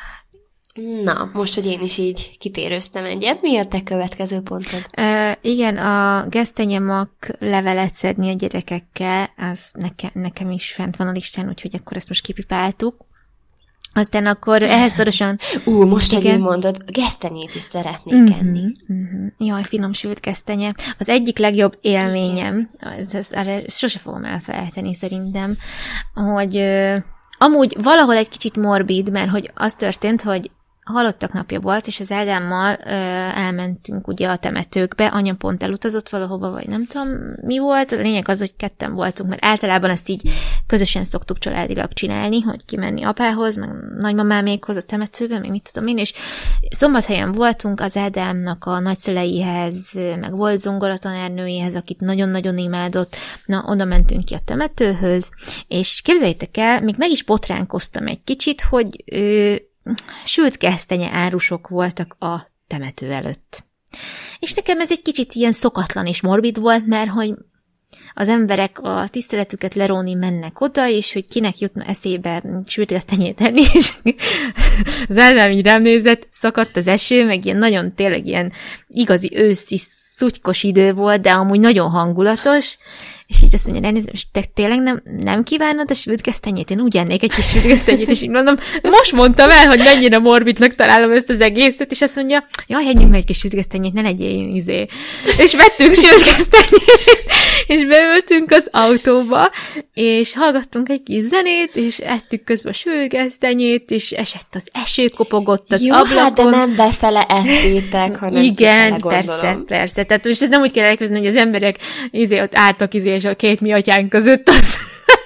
Na, most, hogy én is így kitérőztem egyet, mi a te következő pontod? Igen, a gesztenyemak levelet szedni a gyerekekkel, az nekem is fent van a listán, úgyhogy akkor ezt most kipipáltuk. Aztán akkor ehhez szorosan... most, hogy így mondod, gesztenyét is szeretnék enni. Jaj, finom sült gesztenye. Az egyik legjobb élményem, erre sose fogom elfelejteni szerintem, hogy amúgy valahol egy kicsit morbid, mert hogy az történt, hogy halottak napja volt, és az Ádámmal elmentünk ugye a temetőkbe, anya pont elutazott valahova, vagy nem tudom mi volt, a lényeg az, hogy ketten voltunk, mert általában ezt így közösen szoktuk családilag csinálni, hogy kimenni apához, meg nagymamámékhoz a temetőbe, meg mit tudom én, és Szombathelyen voltunk az Ádámnak a nagyszüleihez, meg volt zongoratanárnőjéhez, akit nagyon-nagyon imádott, na oda mentünk ki a temetőhöz, és képzeljétek el, még meg is botránkoztam egy kicsit, hogy sült gesztenye árusok voltak a temető előtt. És nekem ez egy kicsit ilyen szokatlan és morbid volt, mert hogy az emberek a tiszteletüket leróni mennek oda, és hogy kinek jutna eszébe sült gesztenyét enni, és az Ádám így rám nézett, szakadt az eső, meg ilyen nagyon tényleg ilyen igazi őszi szutykos idő volt, de amúgy nagyon hangulatos, és így azt mondja, elnézem, és te tényleg nem kívánod a sült gesztenyét? Én úgy ennék egy kis sült gesztenyét, és így mondom, most mondtam el, hogy mennyire morbidnak találom ezt az egészet, és azt mondja, jaj, hegyünk meg egy kis sült gesztenyét, ne legyél én És vettünk sült gesztenyét, és beültünk az autóba, és hallgattunk egy kis zenét, és ettük közben a sült gesztenyét, és esett az eső, kopogott az ablakon. Hát, de nem befele ettétek, hanem igen, persze. Tehát most ez nem úgy kell elkezdeni, hogy az emberek ott álltak és a két mi atyánk között az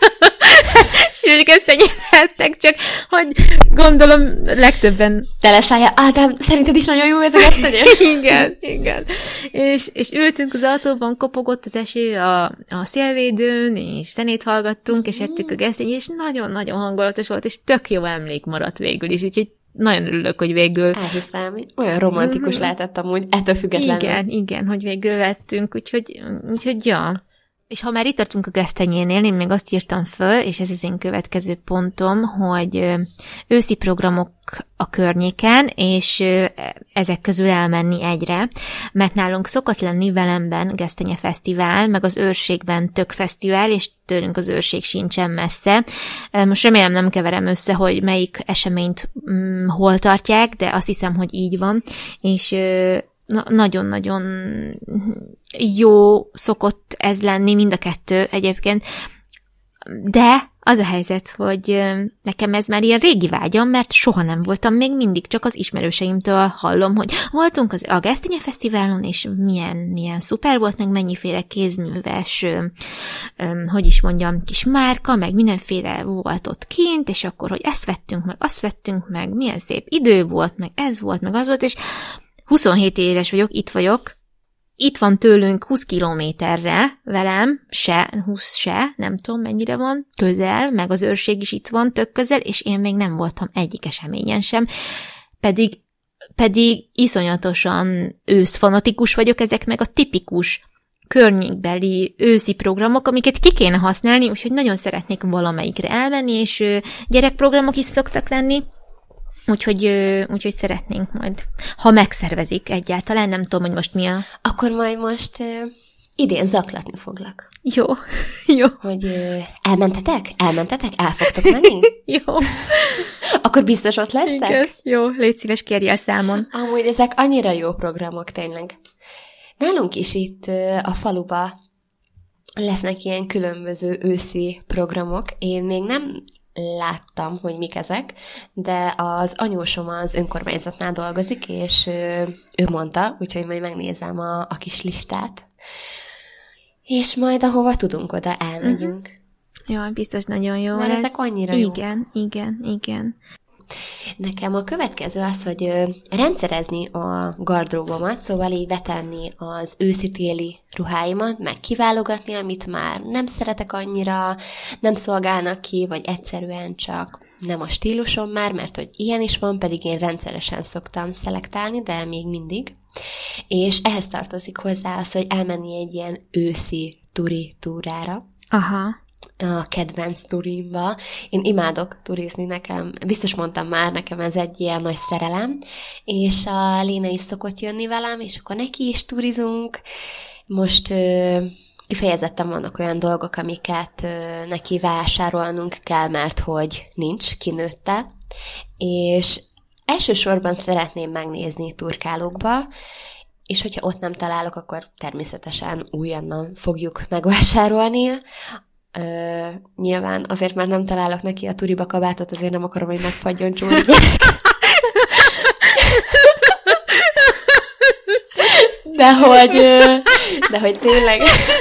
sült gesztenyét ettek, csak hogy gondolom legtöbben... Teleszállja, Ádám, szerinted is nagyon jó ez a gesztenye? igen. És ültünk az autóban, kopogott az eső a szélvédőn, és zenét hallgattunk, és ettük a gesztenyét, és nagyon-nagyon hangulatos volt, és tök jó emlék maradt végül is, úgyhogy nagyon örülök, hogy végül... Elhiszem, olyan romantikus lehetett amúgy, ettől függetlenül. Igen, hogy végül vettünk, úgyhogy ja. És ha már itt tartunk a gesztenyénél, én még azt írtam föl, és ez az én következő pontom, hogy őszi programok a környéken, és ezek közül elmenni egyre, mert nálunk szokott lenni Velemben Gesztenye Fesztivál, meg az Őrségben Tök Fesztivál, és tőlünk az Őrség sincsen messze. Most remélem nem keverem össze, hogy melyik eseményt hol tartják, de azt hiszem, hogy így van, és nagyon-nagyon jó szokott ez lenni, mind a kettő egyébként, de az a helyzet, hogy nekem ez már ilyen régi vágyam, mert soha nem voltam, még mindig csak az ismerőseimtől hallom, hogy voltunk a Gesztenye Fesztiválon, és milyen szuper volt, meg mennyiféle kézműves, hogy is mondjam, kis márka, meg mindenféle volt ott kint, és akkor, hogy ezt vettünk, meg azt vettünk, meg milyen szép idő volt, meg ez volt, meg az volt, és 27 éves vagyok, itt van tőlünk 20 kilométerre velem, 20 nem tudom mennyire van, közel, meg az Őrség is itt van, tök közel, és én még nem voltam egyik eseményen sem, pedig iszonyatosan őszfanatikus vagyok, ezek meg a tipikus környékbeli őszi programok, amiket ki kéne használni, úgyhogy nagyon szeretnék valamelyikre elmenni, és gyerekprogramok is szoktak lenni, Úgyhogy szeretnénk majd, ha megszervezik egyáltalán, nem tudom, hogy most mi a... Akkor majd most idén zaklatni foglak. Jó. Hogy elmentetek? El fogtok menni? Jó. Akkor biztos ott lesztek? Igen. Jó, légy szíves, kérj el számon. Amúgy ezek annyira jó programok, tényleg. Nálunk is itt a faluba lesznek ilyen különböző őszi programok. Én még nem láttam, hogy mik ezek, de az anyósom az önkormányzatnál dolgozik, és ő mondta, úgyhogy majd megnézem a kis listát, és majd ahova tudunk, oda elmegyünk. Jaj, biztos nagyon jó mert lesz. Ezek annyira jó. Igen. Nekem a következő az, hogy rendszerezni a gardróbomat, szóval így betenni az őszi-téli ruháimat, meg kiválogatni, amit már nem szeretek annyira, nem szolgálnak ki, vagy egyszerűen csak nem a stílusom már, mert hogy ilyen is van, pedig én rendszeresen szoktam szelektálni, de még mindig. És ehhez tartozik hozzá az, hogy elmenni egy ilyen őszi túrára. Aha. A kedvenc turimba. Én imádok turizni, nekem, biztos mondtam már, nekem ez egy ilyen nagy szerelem, és a Léna is szokott jönni velem, és akkor neki is turizunk. Most kifejezetten vannak olyan dolgok, amiket neki vásárolnunk kell, mert hogy nincs, kinőtte, és elsősorban szeretném megnézni turkálókba, és hogyha ott nem találok, akkor természetesen újonnan fogjuk megvásárolni. Nyilván azért már nem találok neki a turiba kabátot, azért nem akarom, hogy megfagyjon Csóri. De hogy tényleg...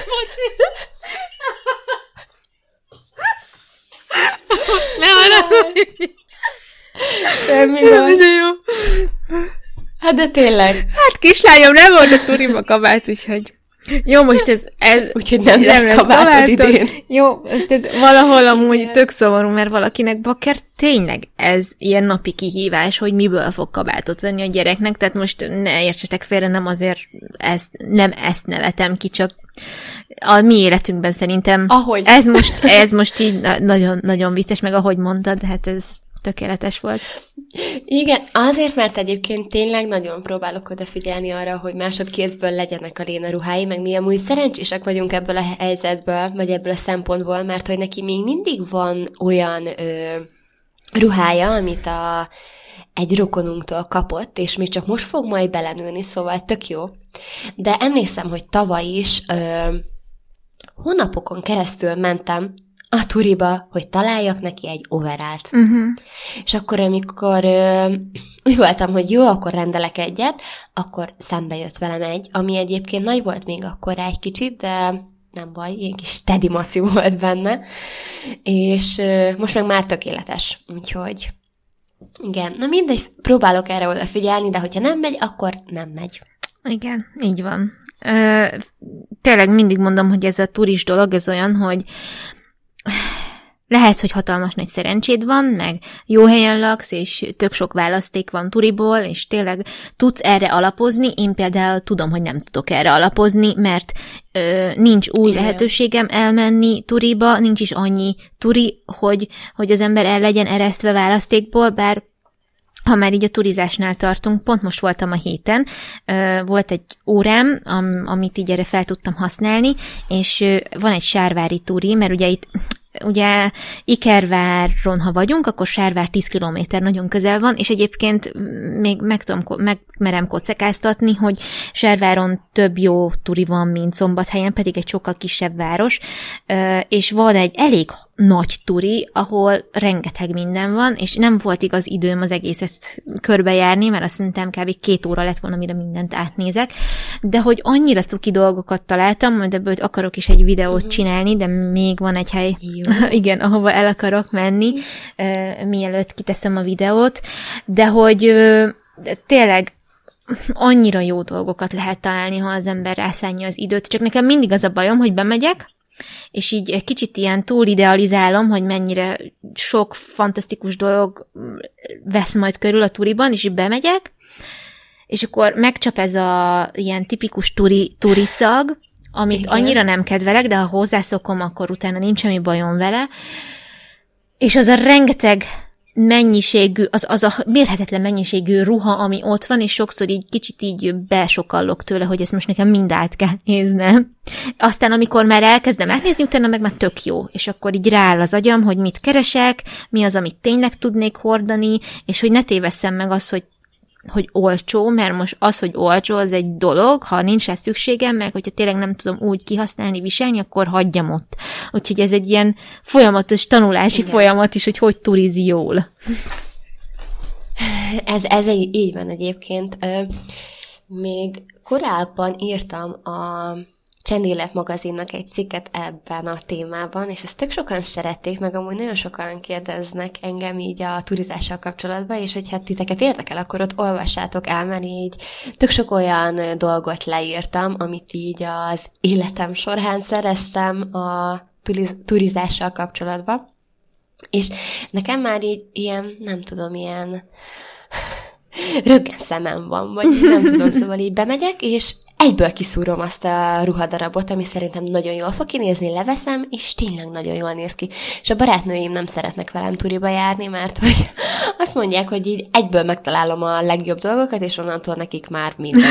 Semmi jó. Hát de tényleg. Hát kislányom, nem volt a turiba kabát, úgyhogy... Jó, most ez úgyhogy nem lesz kabátod idén. Jó, most ez valahol amúgy tök szomorú, mert valakinek bakker tényleg ez ilyen napi kihívás, hogy miből fog kabátot venni a gyereknek, tehát most ne értsetek félre, nem azért nem ezt nevetem ki, csak a mi életünkben szerintem ahogy. Ez most így nagyon vicces, meg ahogy mondtad, hát ez tökéletes volt. Igen, azért, mert egyébként tényleg nagyon próbálok odafigyelni arra, hogy másodkézből legyenek a Léna ruhái, meg mi amúgy szerencsések vagyunk ebből a helyzetből, vagy ebből a szempontból, mert hogy neki még mindig van olyan ruhája, amit egy rokonunktól kapott, és még csak most fog majd belenőni, szóval tök jó. De emlékszem, hogy tavaly is hónapokon keresztül mentem a turiba, hogy találjak neki egy overallt. És akkor, amikor úgy voltam, hogy jó, akkor rendelek egyet, akkor szembe jött velem egy, ami egyébként nagy volt még akkor egy kicsit, de nem baj, ilyen kis Teddy Maci volt benne, és most meg már tökéletes, úgyhogy igen, na mindegy, próbálok erre odafigyelni, de hogyha nem megy, akkor nem megy. Igen, így van. Tényleg mindig mondom, hogy ez a turis dolog, ez olyan, hogy Lehet, hogy hatalmas nagy szerencséd van, meg jó helyen laksz, és tök sok választék van turiból, és tényleg tudsz erre alapozni. Én például tudom, hogy nem tudok erre alapozni, mert nincs új lehetőségem elmenni turiba, nincs is annyi turi, hogy az ember el legyen eresztve választékból, bár ha már így a turizásnál tartunk, pont most voltam a héten, volt egy órám, amit így erre fel tudtam használni, és van egy sárvári turi, mert ugye Ikerváron, ha vagyunk, akkor Sárvár 10 kilométer nagyon közel van, és egyébként még megmerem kockáztatni, hogy Sárváron több jó turi van, mint Szombathelyen, pedig egy sokkal kisebb város, és van egy elég nagy turi, ahol rengeteg minden van, és nem volt igaz időm az egészet körbejárni, mert azt szerintem kb. 2 óra lett volna, amire mindent átnézek, de hogy annyira cuki dolgokat találtam, majd ebből akarok is egy videót csinálni, de még van egy hely, igen, ahova el akarok menni, mielőtt kiteszem a videót, de hogy tényleg annyira jó dolgokat lehet találni, ha az ember rászánja az időt, csak nekem mindig az a bajom, hogy bemegyek, és így egy kicsit ilyen túl idealizálom, hogy mennyire sok fantasztikus dolog vesz majd körül a turiban, és így bemegyek, és akkor megcsap ez a ilyen tipikus turi szag, amit igen, annyira nem kedvelek, de ha hozzászokom, akkor utána nincs semmi bajom vele, és az a rengeteg mennyiségű, az a mérhetetlen mennyiségű ruha, ami ott van, és sokszor így kicsit így besokallok tőle, hogy ezt most nekem mind át kell néznem. Aztán, amikor már elkezdem átnézni, utána meg már tök jó, és akkor így rááll az agyam, hogy mit keresek, mi az, amit tényleg tudnék hordani, és hogy ne tévesszem meg azt, hogy olcsó, mert most az, hogy olcsó, az egy dolog, ha nincs rá szükségem, meg hogyha tényleg nem tudom úgy kihasználni, viselni, akkor hagyjam ott. Úgyhogy ez egy ilyen folyamatos tanulási folyamat is, hogy turizi jól. Ez így van egyébként. Még korábban írtam a Csendélet magazinnak egy cikket ebben a témában, és ezt tök sokan szerették, meg amúgy nagyon sokan kérdeznek engem így a turizással kapcsolatban, és hogyha titeket érdekel, akkor ott olvassátok el, mert így tök sok olyan dolgot leírtam, amit így az életem során szereztem a turizással kapcsolatban. És nekem már így ilyen, nem tudom, ilyen röggen szemem van, vagy nem tudom, szóval így bemegyek, és egyből kiszúrom azt a ruhadarabot, ami szerintem nagyon jól fog kinézni, leveszem, és tényleg nagyon jól néz ki. És a barátnőim nem szeretnek velem turiba járni, mert hogy azt mondják, hogy így egyből megtalálom a legjobb dolgokat, és onnantól nekik már mindegy.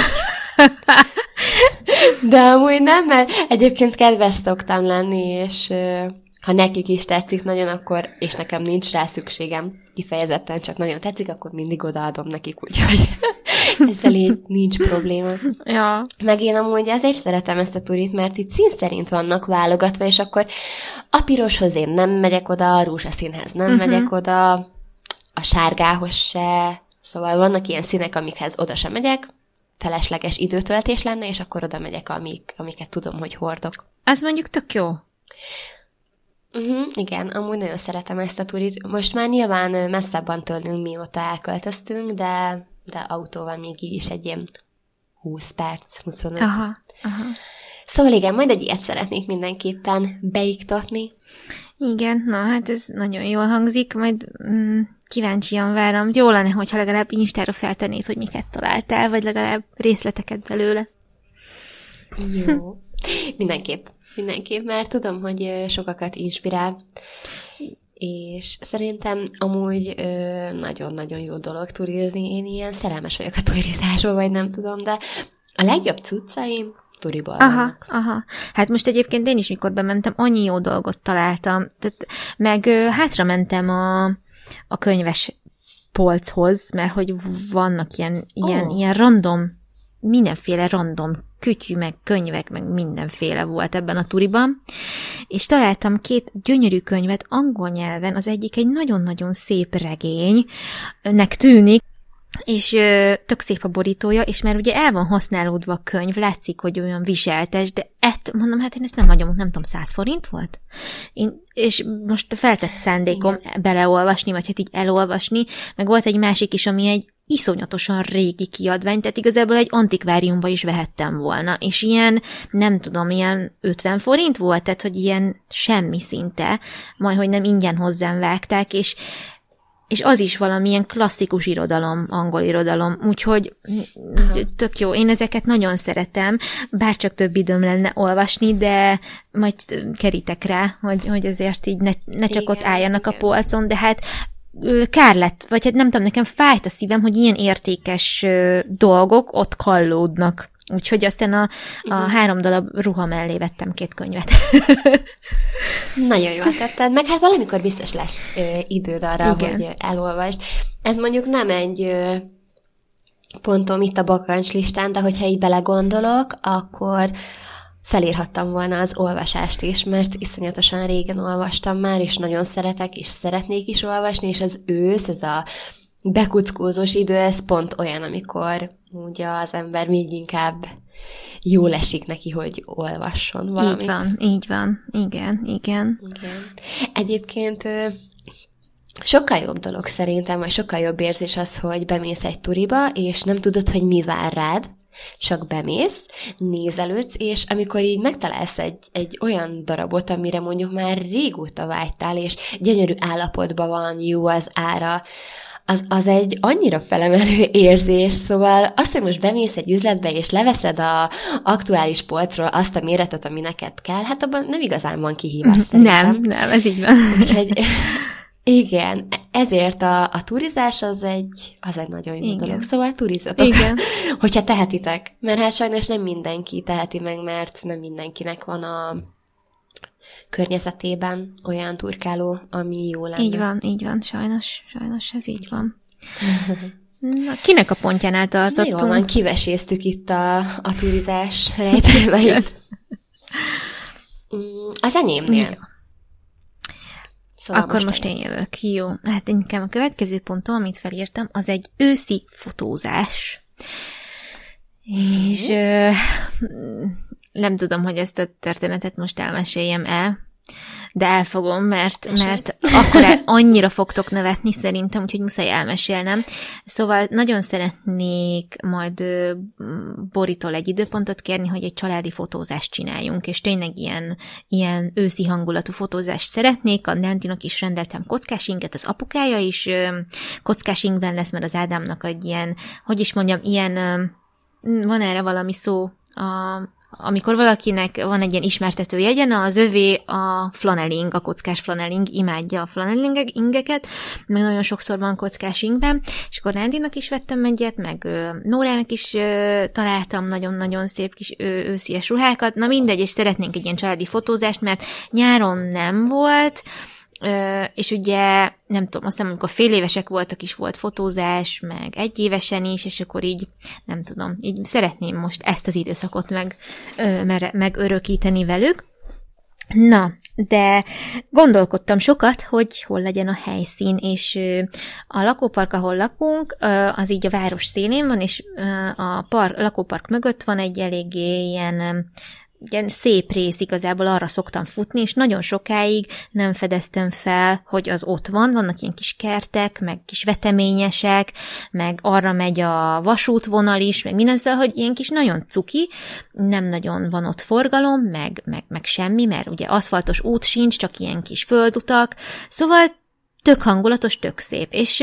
De amúgy nem, mert egyébként kedves szoktam lenni, és ha nekik is tetszik nagyon, akkor, és nekem nincs rá szükségem, kifejezetten csak nagyon tetszik, akkor mindig odaadom nekik, úgyhogy ezzel így nincs probléma. Ja. Meg én amúgy ezért szeretem ezt a turit, mert itt szín szerint vannak válogatva, és akkor a piroshoz én nem megyek oda, a rózsaszínhez nem megyek oda, a sárgához se, szóval vannak ilyen színek, amikhez oda sem megyek, felesleges időtöltés lenne, és akkor oda megyek, amiket tudom, hogy hordok. Ez mondjuk tök jó. Igen, amúgy nagyon szeretem ezt a turit. Most már nyilván messzebben tőlünk, mióta elköltöztünk, de autóval még így is egy ilyen 20 perc, 25. Aha. Szóval igen, majd egy ilyet szeretnék mindenképpen beiktatni. Igen, na hát ez nagyon jól hangzik, majd kíváncsian várom. Jó lenne, hogyha legalább Instára feltennéd, hogy miket találtál, vagy legalább részleteket belőle. Jó. Mindenképp, mert tudom, hogy sokakat inspirál, és szerintem amúgy nagyon-nagyon jó dolog turizni. Én ilyen szerelmes vagyok a turizásban, vagy nem tudom, de a legjobb cuccaim turiból vannak. Aha. Hát most egyébként én is, mikor bementem, annyi jó dolgot találtam. Tehát, meg hátra mentem a könyves polchoz, mert hogy vannak ilyen random, mindenféle random kütyű, meg könyvek, meg mindenféle volt ebben a turiban, és találtam 2 gyönyörű könyvet angol nyelven, az egyik egy nagyon-nagyon szép regénynek tűnik, és tök szép a borítója, és már ugye el van használódva a könyv, látszik, hogy olyan viseltes, de mondom, hát én ezt nem hagyom, nem tudom, 100 forint volt? És most feltett szándékom beleolvasni, vagy hát így elolvasni, meg volt egy másik is, ami egy iszonyatosan régi kiadvány, tehát igazából egy antikváriumba is vehettem volna, és ilyen, nem tudom, ilyen 50 forint volt, tehát hogy ilyen semmi szinte, majd hogy nem ingyen hozzám vágták, és az is valamilyen klasszikus irodalom, angol irodalom, úgyhogy tök jó. Én ezeket nagyon szeretem, bárcsak több időm lenne olvasni, de majd kerítek rá, hogy azért így ne csak igen, ott álljanak igen. A polcon, de hát kár lett, vagy hát nem tudom, nekem fájt a szívem, hogy ilyen értékes dolgok ott kallódnak. Úgyhogy aztán a 3 darab ruha mellé vettem 2 könyvet. Nagyon jól tetted, meg hát valamikor biztos lesz időd arra, igen. Hogy elolvasd. Ez mondjuk nem egy pontom itt a bakancslistán, de hogyha így belegondolok, akkor felírhattam volna az olvasást is, mert iszonyatosan régen olvastam már, és nagyon szeretek, és szeretnék is olvasni, és az ősz, ez a bekuckózós idő, ez pont olyan, amikor ugye az ember még inkább jól esik neki, hogy olvasson valamit. Így van. Igen. Egyébként sokkal jobb dolog szerintem, vagy sokkal jobb érzés az, hogy bemész egy turiba, és nem tudod, hogy mi vár rád, csak bemész, nézelődsz, és amikor így megtalálsz egy olyan darabot, amire mondjuk már régóta vágytál, és gyönyörű állapotban van, jó az ára, az egy annyira felemelő érzés, szóval azt, hogy most bemész egy üzletbe, és leveszed az aktuális polcról azt a méretet, ami neked kell, hát abban nem igazán van kihívás szerintem. Nem, ez így van. Úgyhogy igen, ezért a turizás az egy nagyon jó dolog. Szóval turizatok, igen. Hogyha tehetitek. Mert hát sajnos nem mindenki teheti meg, mert nem mindenkinek van a környezetében olyan turkáló, ami jó lenne. Így van, sajnos ez így van. Na, kinek a pontjánál tartottunk? Jól van, kiveséztük itt a turizás rejtelmeit. Az enyémnél. Szóval akkor most én jövök. Jó, hát inkább a következő pontom, amit felírtam, az egy őszi fotózás. És nem tudom, hogy ezt a történetet most elmeséljem el, de elfogom, mert akkor annyira fogtok nevetni szerintem, úgyhogy muszáj elmesélnem. Szóval nagyon szeretnék majd Boritól egy időpontot kérni, hogy egy családi fotózást csináljunk, és tényleg ilyen őszi hangulatú fotózást szeretnék. A Nandinak is rendeltem kockásinket, az apukája is kockásinkben lesz, mert az Ádámnak egy ilyen, hogy is mondjam, ilyen, van erre valami szó, amikor valakinek van egy ilyen ismertető jegyen, az övé a flanelling, a kockás flanelling, imádja a flanellingeket, meg nagyon sokszor van kockás ingben, és akkor Rándinak is vettem egyet, meg Nórának is találtam nagyon-nagyon szép kis őszies ruhákat, na mindegy, és szeretnénk egy ilyen családi fotózást, mert nyáron nem volt, és ugye, nem tudom, azt hiszem, amikor fél évesek voltak is volt fotózás, meg 1 évesen is, és akkor így, nem tudom, így szeretném most ezt az időszakot megörökíteni velük. Na, de gondolkodtam sokat, hogy hol legyen a helyszín, és a lakópark, ahol lakunk, az így a város szélén van, és a lakópark mögött van egy eléggé ilyen szép rész, igazából arra szoktam futni, és nagyon sokáig nem fedeztem fel, hogy az ott van, vannak ilyen kis kertek, meg kis veteményesek, meg arra megy a vasútvonal is, meg minden, szóval, hogy ilyen kis nagyon cuki, nem nagyon van ott forgalom, meg semmi, mert ugye aszfaltos út sincs, csak ilyen kis földutak, szóval tök hangulatos, tök szép, és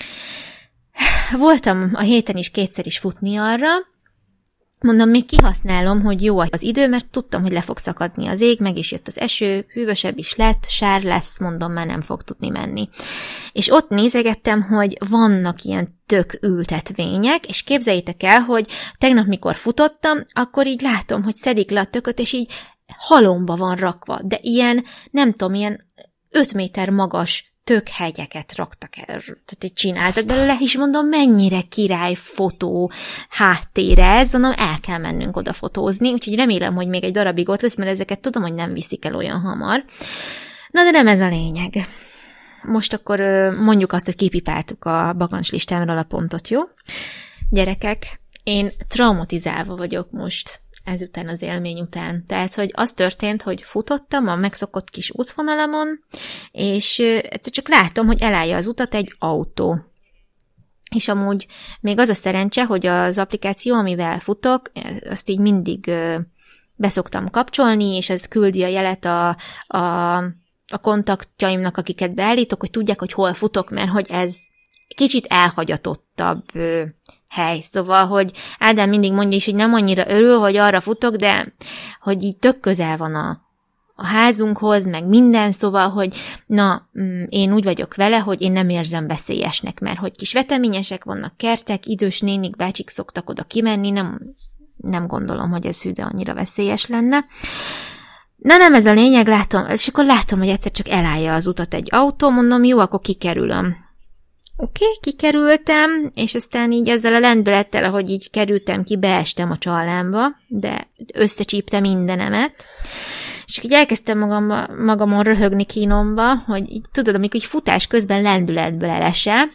voltam a héten is 2-szer is futni arra. Mondom, még kihasználom, hogy jó az idő, mert tudtam, hogy le fog szakadni az ég, meg is jött az eső, hűvösebb is lett, sár lesz, mondom, már nem fog tudni menni. És ott nézegettem, hogy vannak ilyen tök ültetvények, és képzeljétek el, hogy tegnap, mikor futottam, akkor így látom, hogy szedik le a tököt, és így halomba van rakva, de ilyen, nem tudom, ilyen 5 méter magas tök hegyeket raktak el, tehát így csináltak belőle, és mondom, mennyire király fotó háttére ez, mondom, el kell mennünk oda fotózni, úgyhogy remélem, hogy még egy darabig ott lesz, mert ezeket tudom, hogy nem viszik el olyan hamar. Na, de nem ez a lényeg. Most akkor mondjuk azt, hogy kipipáltuk a bakancslistámról a pontot, jó? Gyerekek, én traumatizálva vagyok most ezután az élmény után. Tehát, hogy az történt, hogy futottam a megszokott kis útvonalamon, és egyszer csak látom, hogy elállja az utat egy autó. És amúgy még az a szerencse, hogy az applikáció, amivel futok, azt így mindig beszoktam kapcsolni, és ez küldi a jelet a kontaktjaimnak, akiket beállítok, hogy tudják, hogy hol futok, mert hogy ez kicsit elhagyatottabb hely. Szóval, hogy Ádám mindig mondja is, hogy nem annyira örül, hogy arra futok, de hogy így tök közel van a házunkhoz, meg minden, szóval, hogy én úgy vagyok vele, hogy én nem érzem veszélyesnek, mert hogy kis veteményesek vannak, kertek, idős nénik, bácsik szoktak oda kimenni, nem gondolom, hogy ez de annyira veszélyes lenne. Nem ez a lényeg, látom, és akkor látom, hogy egyszer csak elállja az utat egy autó, mondom, jó, akkor kikerülöm. Oké, kikerültem, és aztán így ezzel a lendülettel, ahogy így kerültem ki, beestem a csallámba, de összecsíptem mindenemet, és így elkezdtem magamon röhögni kínomba, hogy így, tudod, amikor így futás közben lendületből elesel.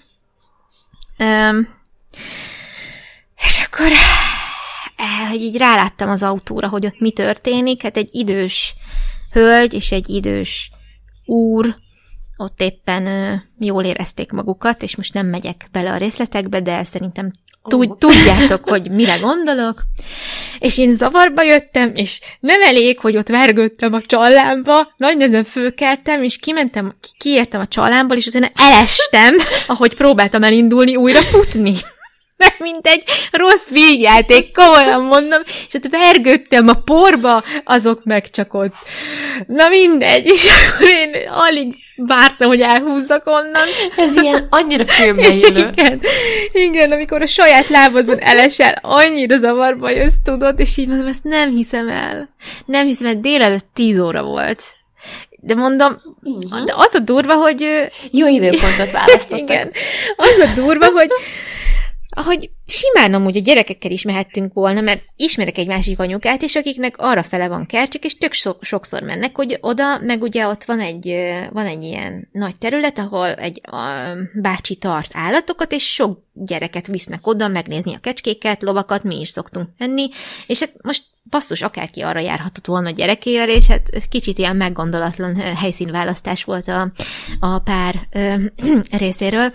És akkor hogy így ráláttam az autóra, hogy ott mi történik, hát egy idős hölgy és egy idős úr ott éppen jól érezték magukat, és most nem megyek bele a részletekbe, de szerintem tudjátok, hogy mire gondolok. És én zavarba jöttem, és nem elég, hogy ott vergődtem a csallámba, nagy nehezen fölkeltem, és kiértem a csallámból, és utána elestem, ahogy próbáltam elindulni, újra futni. Mint egy rossz vígjáték, komolyan mondom, és ott vergődtem a porba, azok meg csak ott. Na mindegy, és akkor én alig vártam, hogy elhúzzak onnan. Ez ilyen annyira filmben jönő. Igen, amikor a saját lábadban elesel, annyira zavarba jössz, tudod, és így mondom, ezt nem hiszem el. Nem hiszem el, délelőtt 10 óra volt. De mondom, de az a durva, hogy... Jó időpontot választottak. Igen, az a durva, hogy simán amúgy a gyerekekkel is mehettünk volna, mert ismerek egy másik anyukát, és akiknek arra fele van kertjük, és tök sokszor mennek, hogy oda, meg ugye ott van egy ilyen nagy terület, ahol egy bácsi tart állatokat, és sok gyereket visznek oda megnézni a kecskéket, lovakat, mi is szoktunk menni, és hát most basszus, akárki arra járhatott volna a gyerekével, és hát ez kicsit ilyen meggondolatlan helyszínválasztás volt a pár részéről.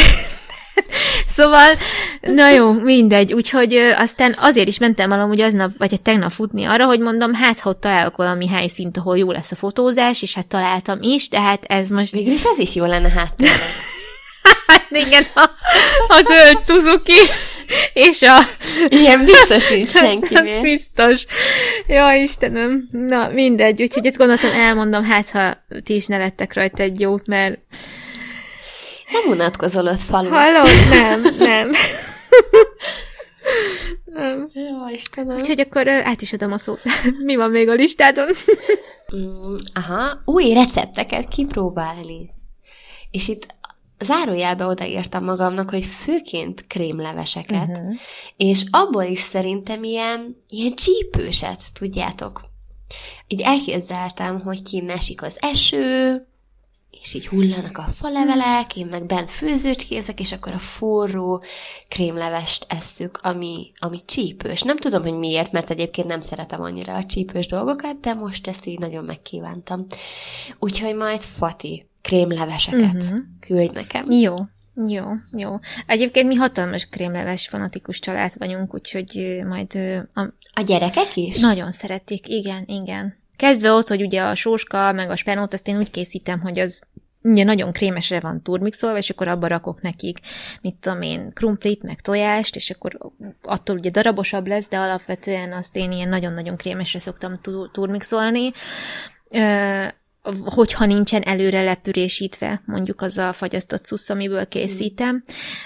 Szóval, na jó, mindegy, úgyhogy aztán azért is mentem amúgy aznap, vagy tegnap futni arra, hogy mondom, hát ha ott találok valami helyszínt, ahol jó lesz a fotózás, és hát találtam is, de hát ez most... Végülis ez is jó lenne háttérben. Hát igen, a zöld Suzuki, és ilyen biztos nincs senkinél. Az biztos. Ja, Istenem. Na, mindegy, úgyhogy ezt gondoltam, elmondom, hát ha ti is nevettek rajta egy jót, mert nem unatkozol ott falun. Hallod? Nem. Nem. Jó, Istenem. Úgyhogy akkor át is adom a szót. Mi van még a listádon? Új recepteket kipróbálni. És itt zárójelbe odaírtam magamnak, hogy főként krémleveseket, és abból is szerintem ilyen csípőset, tudjátok. Így elképzeltem, hogy kinn esik az eső, és így hullanak a falevelek, én meg bent főzőcskézek, és akkor a forró krémlevest esszük, ami csípős. Nem tudom, hogy miért, mert egyébként nem szeretem annyira a csípős dolgokat, de most ezt így nagyon megkívántam. Úgyhogy majd Fati krémleveseket küldj nekem. Jó. Egyébként mi hatalmas krémleves fanatikus család vagyunk, úgyhogy majd... A gyerekek is? Nagyon szeretik, igen. Kezdve ott, hogy ugye a sóska, meg a spenót, azt én úgy készítem, hogy az ugye nagyon krémesre van turmixolva, és akkor abba rakok nekik, mit tudom én, krumplit, meg tojást, és akkor attól ugye darabosabb lesz, de alapvetően azt én ilyen nagyon-nagyon krémesre szoktam turmixolni, hogyha nincsen előre lepürésítve, mondjuk az a fagyasztott szusz, amiből készítem.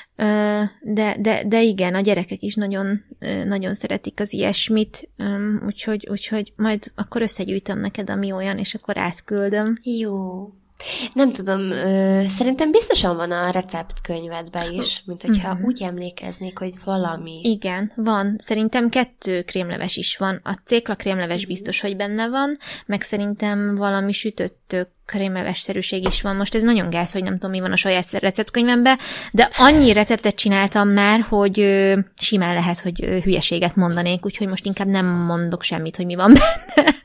De igen, a gyerekek is nagyon, nagyon szeretik az ilyesmit, úgyhogy majd akkor összegyűjtöm neked, ami olyan, és akkor átküldöm. Jó. Nem tudom, szerintem biztosan van a receptkönyvedben is, mint hogyha úgy emlékeznék, hogy valami. Igen, van. Szerintem 2 krémleves is van. A cékla krémleves biztos, hogy benne van, meg szerintem valami sütött krémleves-szerűség is van. Most ez nagyon gáz, hogy nem tudom, mi van a saját receptkönyvemben, de annyi receptet csináltam már, hogy simán lehet, hogy hülyeséget mondanék, úgyhogy most inkább nem mondok semmit, hogy mi van benne.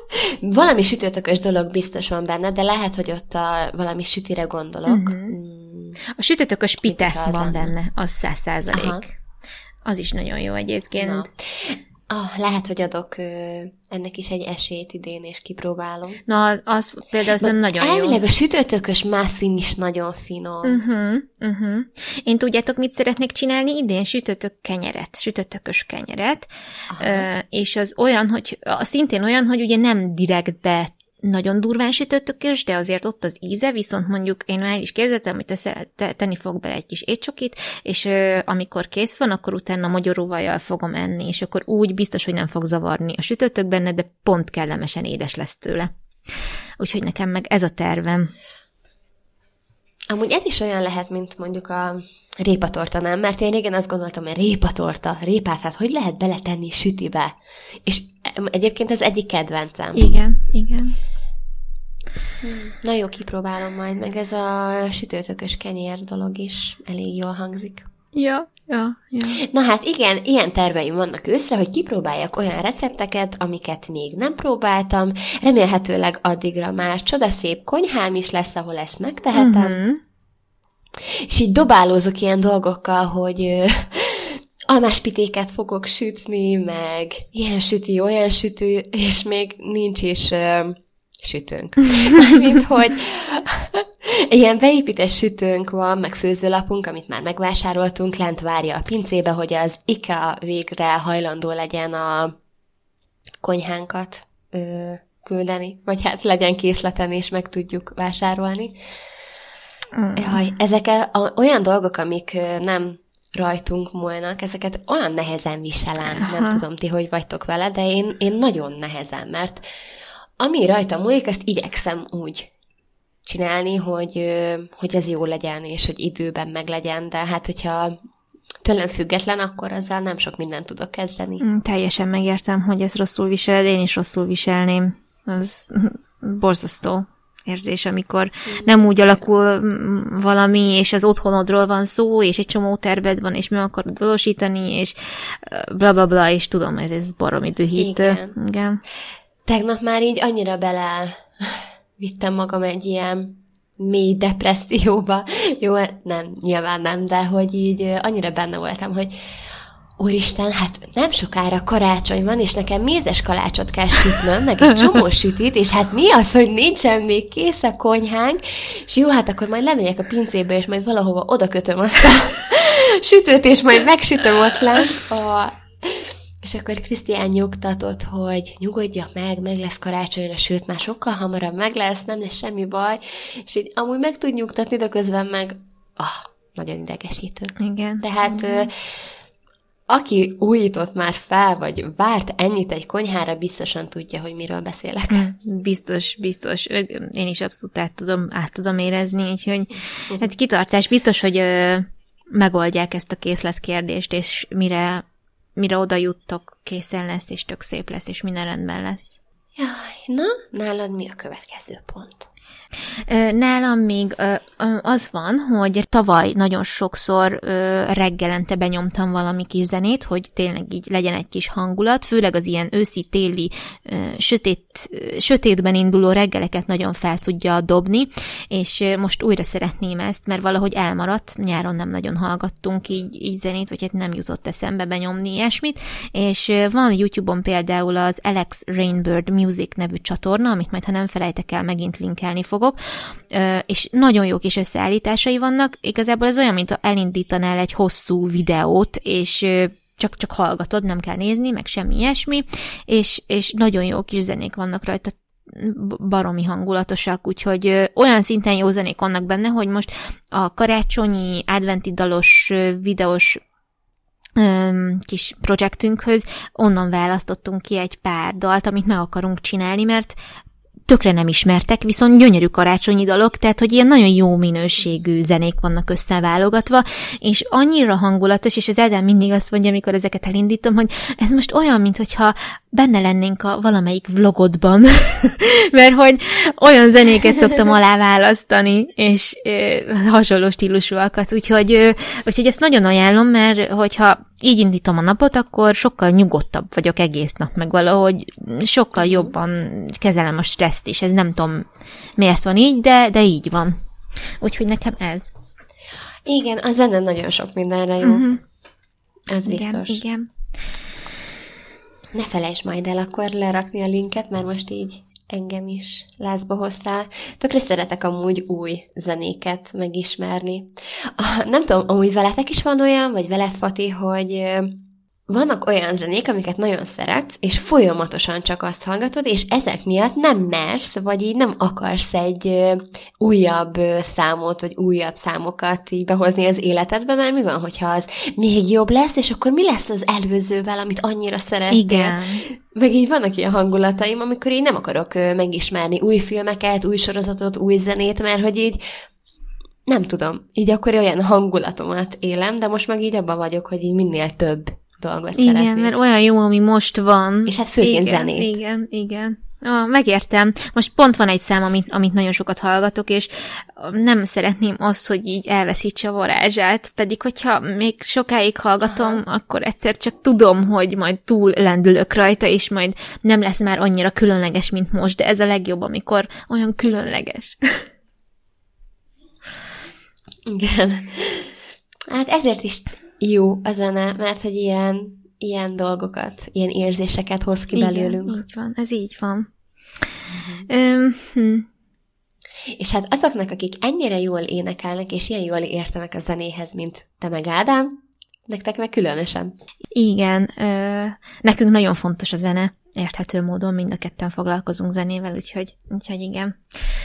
Valami sütőtökös dolog biztos van benne, de lehet, hogy ott valami sütire gondolok. A sütőtökös pite van benne, az 100%. Az is nagyon jó egyébként. Na. Lehet, hogy adok ennek is egy esélyt idén, és kipróbálom. Na, az például nem nagyon jó. Elvileg a sütőtökös muffin is nagyon finom. Én tudjátok, mit szeretnék csinálni idén? Sütőtökös kenyeret. És az olyan, hogy szintén olyan, hogy ugye nem direktbe nagyon durván sütőtökös, de azért ott az íze, viszont mondjuk én már is képzeltem, hogy tenni fog bele egy kis étcsokit, és amikor kész van, akkor utána magyaróvajjal fogom enni, és akkor úgy biztos, hogy nem fog zavarni a sütőtök benne, de pont kellemesen édes lesz tőle. Úgyhogy nekem meg ez a tervem. Amúgy ez is olyan lehet, mint mondjuk a répatorta, nem? Mert én régen azt gondoltam, hogy répát, hát hogy lehet beletenni sütibe? És egyébként az egyik kedvencem. Igen. Na jó, kipróbálom majd, meg ez a sütőtökös kenyér dolog is elég jól hangzik. Ja. Na hát igen, ilyen terveim vannak őszre, hogy kipróbáljak olyan recepteket, amiket még nem próbáltam. Remélhetőleg addigra már csodaszép konyhám is lesz, ahol ezt megtehetem. És így dobálózok ilyen dolgokkal, hogy almáspitéket fogok sütni, meg ilyen süti, olyan sütő, és még nincs is sütőnk. Mint hogy ilyen beépített sütőnk van, meg főzőlapunk, amit már megvásároltunk, lent várja a pincébe, hogy az IKEA végre hajlandó legyen a konyhánkat küldeni, vagy hát legyen készleten, és meg tudjuk vásárolni. Jaj, ezek olyan dolgok, amik nem rajtunk múlnak, ezeket olyan nehezen viselem. Nem tudom, ti hogy vagytok vele, de én nagyon nehezen, mert ami rajta múlik, azt igyekszem úgy csinálni, hogy ez jó legyen, és hogy időben meglegyen, de hát, hogyha tőlem független, akkor azzal nem sok mindent tudok kezdeni. Teljesen megértem, hogy ezt rosszul viseled, én is rosszul viselném. Az borzasztó érzés, amikor nem úgy alakul valami, és az otthonodról van szó, és egy csomó terved van, és meg akarod valósítani, és bla bla, és tudom, ez baromi dühítő. Igen. Tegnap már így annyira bele vittem magam egy ilyen mély depresszióba. Jó, nem, nyilván nem, de hogy így annyira benne voltam, hogy úristen, hát nem sokára karácsony van, és nekem mézes kalácsot kell sütnöm, meg egy csomó sütit, és hát mi az, hogy nincsen még kész a konyhánk, és jó, hát akkor majd lemegyek a pincébe, és majd valahova odakötöm azt a sütőt, és majd megsütöm ott lent. És akkor Krisztián nyugtatott, hogy nyugodjak meg lesz karácsonyra, sőt, már sokkal hamarabb meg lesz, nem lesz semmi baj, és így amúgy meg tud nyugtatni, de közben meg nagyon idegesítő. Igen. Tehát aki újított már fel, vagy várt ennyit egy konyhára, biztosan tudja, hogy miről beszélek. Biztos. Én is abszolút át tudom érezni, úgyhogy hát kitartás. Biztos, hogy megoldják ezt a készletkérdést, és mire oda juttok, készen lesz, és tök szép lesz, és minden rendben lesz. Jaj, na, nálad mi a következő pont? Nálam még az van, hogy tavaly nagyon sokszor reggelente benyomtam valami kis zenét, hogy tényleg így legyen egy kis hangulat, főleg az ilyen őszi-téli sötétben induló reggeleket nagyon fel tudja dobni, és most újra szeretném ezt, mert valahogy elmaradt, nyáron nem nagyon hallgattunk így zenét, vagy hát nem jutott eszembe benyomni ilyesmit, és van a YouTube-on például az Alex Rainbird Music nevű csatorna, amit majd, ha nem felejtek el, megint linkelni fogok, és nagyon jó kis összeállításai vannak. Igazából ez olyan, mint ha elindítanál egy hosszú videót, és csak hallgatod, nem kell nézni, meg semmi ilyesmi, és nagyon jó kis zenék vannak rajta, baromi hangulatosak, úgyhogy olyan szinten jó zenék vannak benne, hogy most a karácsonyi adventi dalos videós kis projektünkhöz onnan választottunk ki egy pár dalt, amit meg akarunk csinálni, mert tökre nem ismertek, viszont gyönyörű karácsonyi dalok, tehát, hogy ilyen nagyon jó minőségű zenék vannak összeválogatva, és annyira hangulatos, és az Eden mindig azt mondja, amikor ezeket elindítom, hogy ez most olyan, mintha benne lennénk a valamelyik vlogodban, mert hogy olyan zenéket szoktam aláválasztani, és hasonló stílusúakat, úgyhogy ezt nagyon ajánlom, mert hogyha így indítom a napot, akkor sokkal nyugodtabb vagyok egész nap, meg valahogy sokkal jobban kezelem a stresszt is. Ez nem tudom, miért van így, de így van. Úgyhogy nekem ez. Igen, a zene nagyon sok mindenre jó. Az igen, biztos. igen. Ne felejtsd majd el akkor lerakni a linket, mert most így engem is lázba hoztál. Tökre szeretek amúgy új zenéket megismerni. Nem tudom, amúgy veletek is van olyan, vagy veled, Fati, hogy vannak olyan zenék, amiket nagyon szeretsz, és folyamatosan csak azt hallgatod, és ezek miatt nem mersz, vagy így nem akarsz egy újabb számot, vagy újabb számokat így behozni az életedbe, mert mi van, hogyha az még jobb lesz, és akkor mi lesz az előzővel, amit annyira szerettél? Igen. Meg így vannak ilyen hangulataim, amikor így nem akarok megismerni új filmeket, új sorozatot, új zenét, mert hogy így nem tudom, így akkor olyan hangulatomat élem, de most meg így abban vagyok, hogy így minél több dolgot igen, szeretnék. mert olyan jó, ami most van. És hát főként zenét. Igen. Megértem. Most pont van egy szám, amit nagyon sokat hallgatok, és nem szeretném azt, hogy így elveszítse a varázsát, pedig hogyha még sokáig hallgatom, akkor egyszer csak tudom, hogy majd túl lendülök rajta, és majd nem lesz már annyira különleges, mint most, de ez a legjobb, amikor olyan különleges. Igen. Hát ezért is jó a zene, mert hogy ilyen dolgokat, ilyen érzéseket hoz ki belőlünk. Igen, így van, ez így van. És hát azoknak, akik ennyire jól énekelnek, és ilyen jól értenek a zenéhez, mint te meg Ádám, nektek meg különösen. Igen, nekünk nagyon fontos a zene, érthető módon mind a ketten foglalkozunk zenével, úgyhogy igen.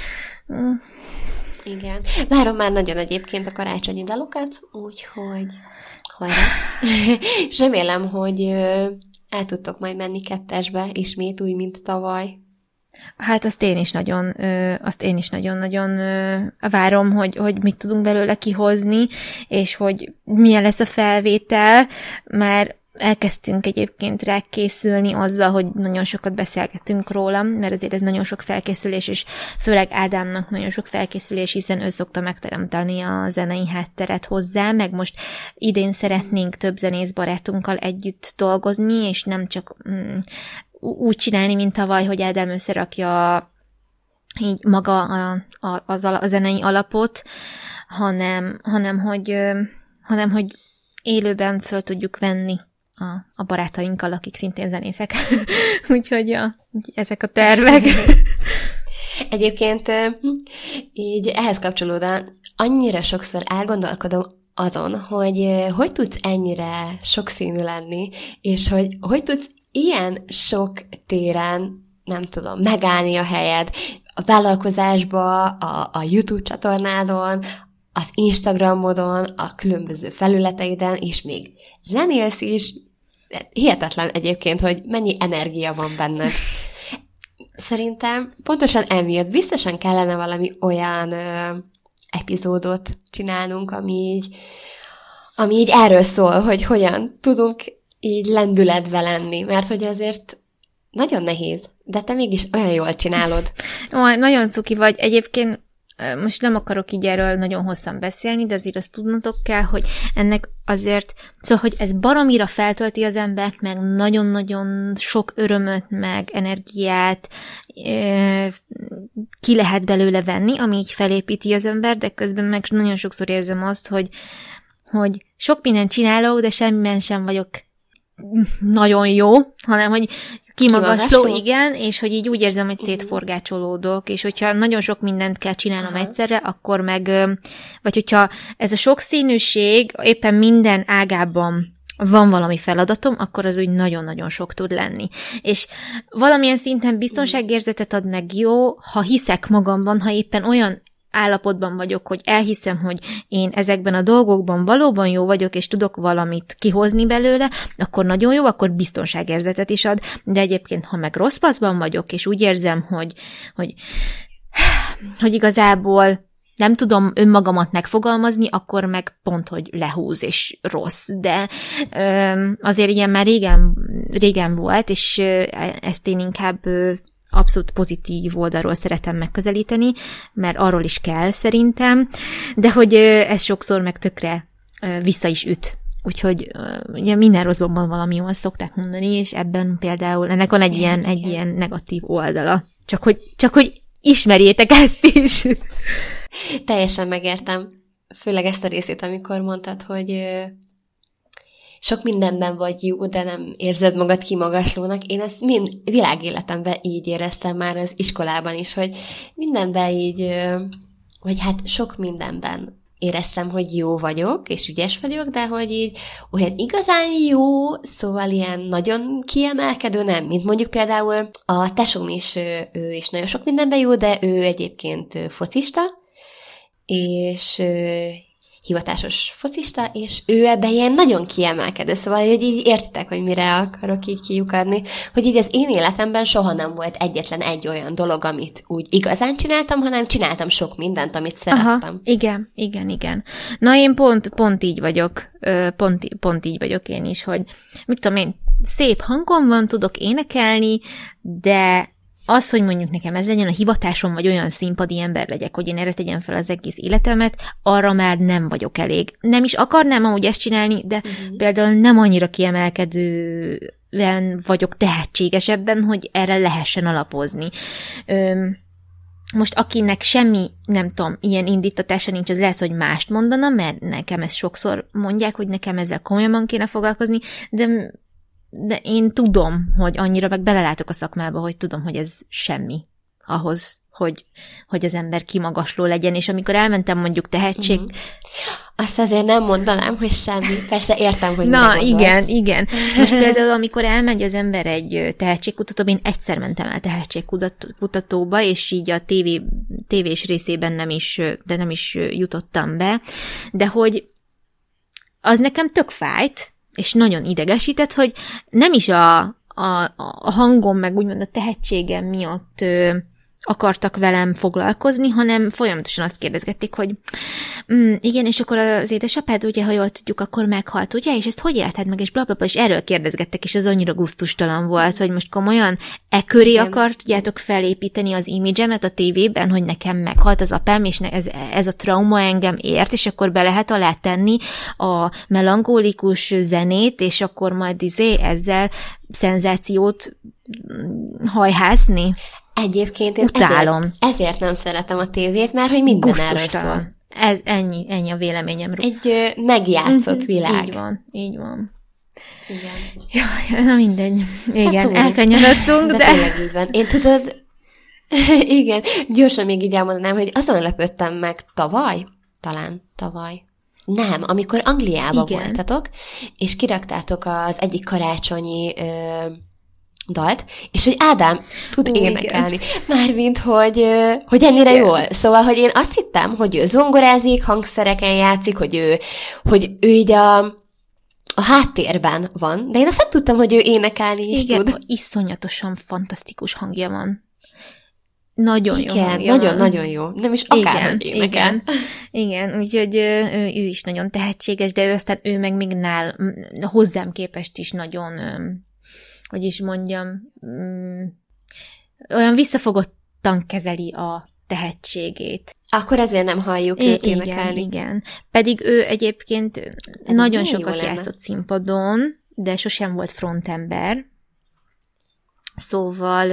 Igen. Várom már nagyon egyébként a karácsonyi dalokat, úgyhogy hajrá. És remélem, hogy el tudtok majd menni kettesbe ismét, úgy, mint tavaly. Hát azt én is nagyon-nagyon várom, hogy mit tudunk belőle kihozni, és hogy milyen lesz a felvétel, mert elkezdtünk egyébként rá készülni azzal, hogy nagyon sokat beszélgetünk róla, mert azért ez nagyon sok felkészülés, és főleg Ádámnak nagyon sok felkészülés, hiszen ő szokta megteremteni a zenei hátteret hozzá, meg most idén szeretnénk több zenész barátunkkal együtt dolgozni, és nem csak úgy csinálni, mint tavaly, hogy Ádám összerakja így maga a zenei alapot, hanem hogy élőben föl tudjuk venni a barátainkkal, akik szintén zenészek. Úgyhogy ezek a tervek. Egyébként így ehhez kapcsolódóan annyira sokszor elgondolkodom azon, hogy tudsz ennyire sokszínű lenni, és hogy tudsz ilyen sok téren, nem tudom, megállni a helyed, a vállalkozásba, a YouTube csatornádon, az Instagramodon, a különböző felületeiden, és még zenélsz is. Hihetetlen egyébként, hogy mennyi energia van benned. Szerintem pontosan emiatt biztosan kellene valami olyan epizódot csinálnunk, ami így erről szól, hogy hogyan tudunk így lendületbe lenni, mert hogy azért nagyon nehéz, de te mégis olyan jól csinálod. Nagyon cuki vagy. Egyébként most nem akarok így erről nagyon hosszan beszélni, de azért azt tudnotok kell, hogy ennek azért, szóval, hogy ez baromira feltölti az embert, meg nagyon-nagyon sok örömöt, meg energiát ki lehet belőle venni, ami így felépíti az ember, de közben meg nagyon sokszor érzem azt, hogy sok mindent csinálok, de semmiben sem vagyok nagyon jó, hanem hogy kimagasló, igen, és hogy így úgy érzem, hogy szétforgácsolódok, és hogyha nagyon sok mindent kell csinálnom egyszerre, akkor meg, vagy hogyha ez a sokszínűség éppen minden ágában van valami feladatom, akkor az úgy nagyon-nagyon sok tud lenni. És valamilyen szinten biztonságérzetet ad meg jó, ha hiszek magamban, ha éppen olyan állapotban vagyok, hogy elhiszem, hogy én ezekben a dolgokban valóban jó vagyok, és tudok valamit kihozni belőle, akkor nagyon jó, akkor biztonságérzetet is ad, de egyébként, ha meg rossz paszban vagyok, és úgy érzem, hogy igazából nem tudom önmagamat megfogalmazni, akkor meg pont, hogy lehúz, és rossz. De azért ilyen már régen volt, és ezt én inkább abszolút pozitív oldalról szeretem megközelíteni, mert arról is kell szerintem, de hogy ez sokszor meg tökre vissza is üt. Úgyhogy ugye minden rosszban van valami, jól szokták mondani, és ebben például ennek van egy ilyen negatív oldala. Csak hogy ismerjétek ezt is. Teljesen megértem. főleg ezt a részét, amikor mondtad, hogy sok mindenben vagy jó, de nem érzed magad kimagaslónak. Én ezt mind világéletemben így éreztem már az iskolában is, hogy mindenben így, vagy hát sok mindenben éreztem, hogy jó vagyok, és ügyes vagyok, de hogy így olyan igazán jó, szóval ilyen nagyon kiemelkedő nem, mint mondjuk például a tesóm is, ő is nagyon sok mindenben jó, de ő egyébként focista, és hivatásos focista, és ő ebben ilyen nagyon kiemelkedő, szóval, hogy így értitek, hogy mire akarok így kiukadni, hogy így az én életemben soha nem volt egyetlen egy olyan dolog, amit úgy igazán csináltam, hanem csináltam sok mindent, amit szerettem. Aha, igen. Na én pont így vagyok, pont így vagyok én is, hogy mit tudom én, szép hangom van, tudok énekelni, de az, hogy mondjuk nekem ez legyen a hivatásom, vagy olyan színpadi ember legyek, hogy én erre tegyem fel az egész életemet, arra már nem vagyok elég. Nem is akarnám amúgy ezt csinálni, de például nem annyira kiemelkedően vagyok tehetségesebben, hogy erre lehessen alapozni. Most akinek semmi, nem tudom, ilyen indítatása nincs, az lehet, hogy mást mondana, mert nekem ezt sokszor mondják, hogy nekem ezzel komolyan kéne foglalkozni, de én tudom, hogy annyira meg belelátok a szakmába, hogy tudom, hogy ez semmi ahhoz, hogy az ember kimagasló legyen, és amikor elmentem mondjuk tehetség... Azt azért nem mondanám, hogy semmi. Persze értem, hogy na, igen. Most például, amikor elmegy az ember egy tehetségkutatóba, én egyszer mentem el tehetségkutatóba, és így a tévés részében nem is jutottam be, de hogy az nekem tök fájt, és nagyon idegesített, hogy nem is a hangom, meg úgymond a tehetségem miatt akartak velem foglalkozni, hanem folyamatosan azt kérdezgették, hogy igen, és akkor az édesapád, ugye, ha jól tudjuk, akkor meghalt, ugye, és ezt hogy élted meg, és blablabla, és erről kérdezgettek, és az annyira gusztustalan volt, hogy most komolyan köré akartjátok felépíteni az imidzsemet a tévében, hogy nekem meghalt az apám, és ez a trauma engem ért, és akkor be lehet alá tenni a melankólikus zenét, és akkor majd ezzel szenzációt hajhászni. Egyébként én ezért nem szeretem a tévét, mert hogy minden erről szól. Ez ennyi a véleményemről. Egy megjátszott világ. Így van. Igen. Jaj, na mindegy. Igen, elkanyarodtunk, de... tényleg így van. Én tudod, igen, gyorsan még így elmondanám, hogy azon lepődtem meg tavaly. Nem, amikor Angliában voltatok, és kiraktátok az egyik karácsonyi dalt, és hogy Ádám tud énekelni. Igen. Mármint, hogy ennyire jól. Szóval, hogy én azt hittem, hogy ő zongorázik, hangszereken játszik, hogy ő így a háttérben van, de én azt nem tudtam, hogy ő énekelni is tud. Igen, iszonyatosan fantasztikus hangja van. Nagyon jó hangja van. Nagyon jó. Nem is akárhogy énekel. Igen, úgyhogy ő is nagyon tehetséges, de ő meg még hozzám képest is nagyon... hogy is mondjam, olyan visszafogottan kezeli a tehetségét. Akkor ezért nem halljuk őt énekelni. Igen. Pedig ő egyébként nagyon sokat játszott színpadon, de sosem volt frontember. Szóval,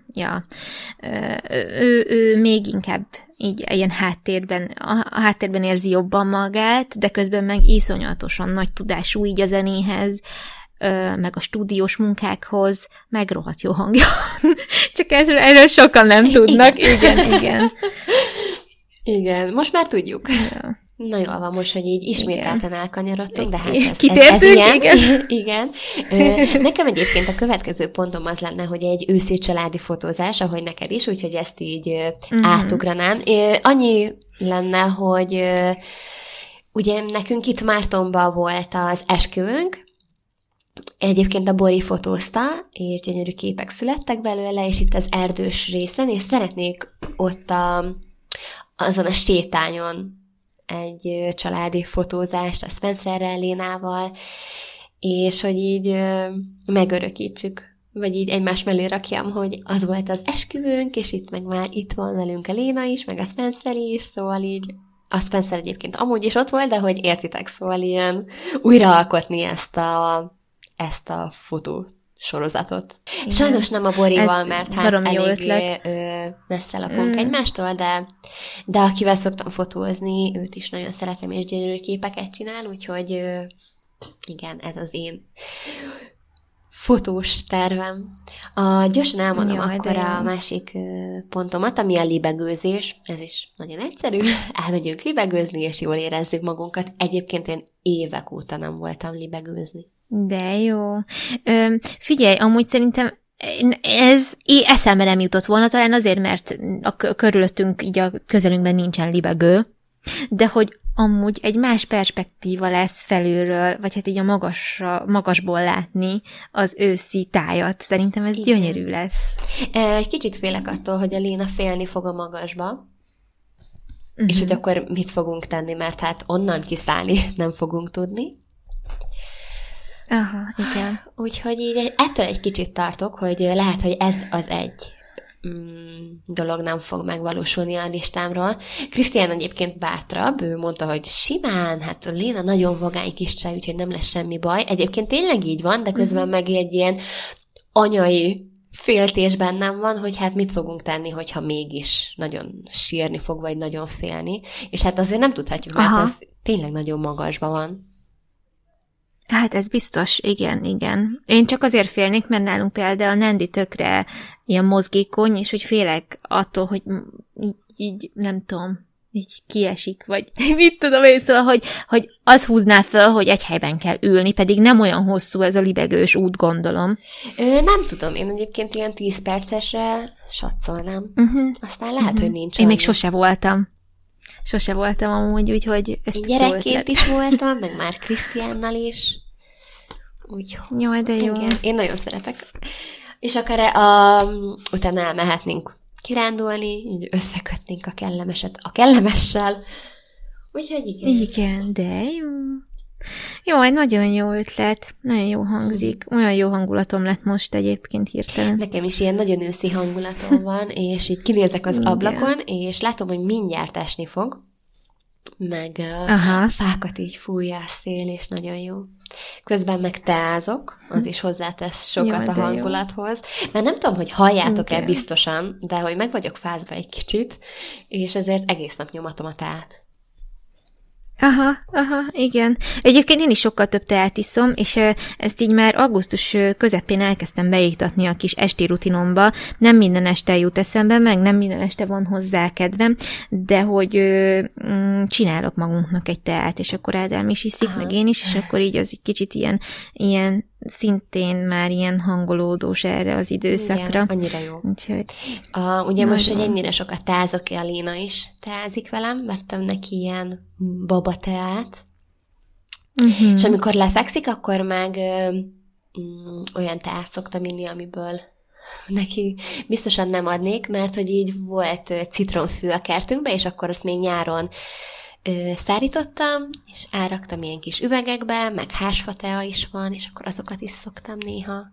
ő még inkább így ilyen háttérben érzi jobban magát, de közben meg iszonyatosan nagy tudású így a zenéhez, meg a stúdiós munkákhoz, meg rohadt jó hangja. Csak erről sokan nem tudnak. Igen. Igen, most már tudjuk. Ja. Na jól van most, hogy így ismételten elkanyarodtunk, de hát kitértünk, igen. Nekem egyébként a következő pontom az lenne, hogy egy őszi családi fotózás, ahogy neked is, úgyhogy ezt így átugranám. Annyi lenne, hogy ugye nekünk itt Mártonban volt az esküvőnk, egyébként a Bori fotózta, és gyönyörű képek születtek belőle, és itt az erdős részen, és szeretnék ott azon a sétányon egy családi fotózást a Spencerrel, Lénával, és hogy így megörökítsük, vagy így egymás mellé rakjam, hogy az volt az esküvőnk, és itt meg már itt van velünk a Léna is, meg a Spencer is, szóval így a Spencer egyébként amúgy is ott volt, de hogy értitek, szóval ilyen újraalkotni ezt a sorozatot. Igen. Sajnos nem a Borival, Ez mert hát eléggé messze lakunk egymástól, de akivel szoktam fotózni, őt is nagyon szeretem, és gyönyörű képeket csinál, úgyhogy igen, ez az én fotós tervem. Gyorsan elmondom akkor a másik pontomat, ami a libegőzés. Ez is nagyon egyszerű. Elmegyünk libegőzni, és jól érezzük magunkat. Egyébként én évek óta nem voltam libegőzni. De jó. Figyelj, amúgy szerintem ez eszembe nem jutott volna, talán azért, mert körülöttünk, így a közelünkben nincsen libegő, de hogy amúgy egy más perspektíva lesz felülről, vagy hát így a magasból látni az őszi tájat. Szerintem ez gyönyörű lesz. Egy kicsit félek attól, hogy a Léna félni fog a magasba, és hogy akkor mit fogunk tenni, mert hát onnan kiszállni nem fogunk tudni. Aha, igen. Úgyhogy így ettől egy kicsit tartok, hogy lehet, hogy ez az egy dolog nem fog megvalósulni a listámról. Krisztián egyébként bátrabb, ő mondta, hogy simán, hát a Léna nagyon vagány kis csaj, úgyhogy nem lesz semmi baj. Egyébként tényleg így van, de közben meg egy ilyen anyai féltés bennem van, hogy hát mit fogunk tenni, hogyha mégis nagyon sírni fog, vagy nagyon félni. És hát azért nem tudhatjuk, mert ez tényleg nagyon magasban van. Hát ez biztos, igen. Én csak azért félnék, mert nálunk például a Nandi tökre ilyen mozgékony, és hogy félek attól, hogy így nem tudom, így kiesik, vagy mit tudom én, szóval, hogy az húzná föl, hogy egy helyben kell ülni, pedig nem olyan hosszú ez a libegős út, gondolom. Nem tudom, én egyébként ilyen 10 percesre satszolnám. Aztán lehet, hogy nincs. Én még sose voltam amúgy, úgyhogy ezt én gyerekként is voltam, meg már Krisztiánnal is. Úgyhogy jaj, de jó. Igen, én nagyon szeretek. És akár utána elmehetnénk kirándulni, így összekötnénk a kellemeset a kellemessel. Úgyhogy igen. Igen, de jó. Jó, egy nagyon jó ötlet, nagyon jó hangzik. Olyan jó hangulatom lett most egyébként hirtelen. Nekem is ilyen nagyon őszi hangulatom van, és így kinézek az ablakon, és látom, hogy mindjárt esni fog, meg a fákat így fújja a szél, és nagyon jó. Közben meg teázok, az is hozzátesz sokat a hangulathoz. Mert nem tudom, hogy halljátok-e biztosan, de hogy meg vagyok fázva egy kicsit, és ezért egész nap nyomatom a teát. Aha, igen. Egyébként én is sokkal több teát iszom, és ezt így már augusztus közepén elkezdtem beiktatni a kis esti rutinomba. Nem minden este jut eszembe, meg nem minden este van hozzá kedvem, de hogy csinálok magunknak egy teát, és akkor Ádám is iszik, meg én is, és akkor így az egy kicsit ilyen szintén már ilyen hangolódós erre az időszakra. Igen, annyira jó. Úgyhogy ugye most, hogy ennyire sokat teázok, a Léna is teázik velem, vettem neki ilyen babateát, és amikor lefekszik, akkor meg olyan teát szoktam inni, amiből neki biztosan nem adnék, mert hogy így volt citronfű a kertünkben, és akkor azt még nyáron szárítottam, és elraktam ilyen kis üvegekbe, meg házfatea is van, és akkor azokat is szoktam néha.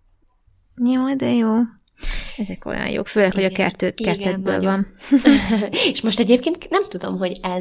Jó, de jó. Ezek olyan jók, főleg, igen, hogy a kertedből van. És most egyébként nem tudom, hogy ez,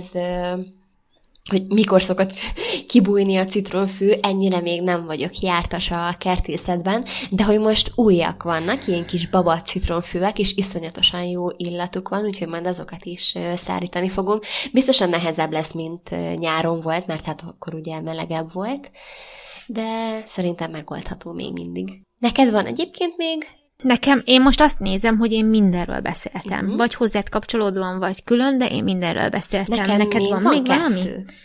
hogy mikor szokott kibújni a citronfű, ennyire még nem vagyok jártas a kertészetben, de hogy most újak vannak, ilyen kis baba citronfűek, és iszonyatosan jó illatuk van, úgyhogy majd azokat is szárítani fogom. Biztosan nehezebb lesz, mint nyáron volt, mert hát akkor ugye melegebb volt, de szerintem megoldható még mindig. Neked van egyébként még? Nekem, én most azt nézem, hogy én mindenről beszéltem. Vagy hozzád kapcsolódóan, vagy külön, de én mindenről beszéltem. Neked van még valami?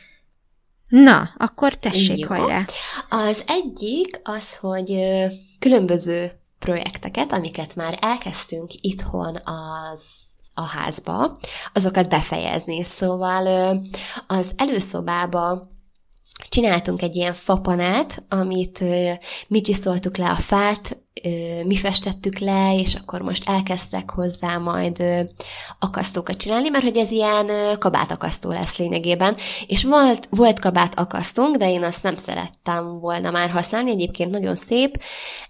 Na, akkor tessék, hajrá. Az egyik az, hogy különböző projekteket, amiket már elkezdtünk itthon a házba, azokat befejezni. Szóval az előszobába csináltunk egy ilyen fapanát, amit mi csiszoltuk le a fát, mi festettük le, és akkor most elkezdtek hozzá majd akasztókat csinálni, mert hogy ez ilyen kabátakasztó lesz lényegében. És volt kabátakasztónk, de én azt nem szerettem volna már használni, egyébként nagyon szép,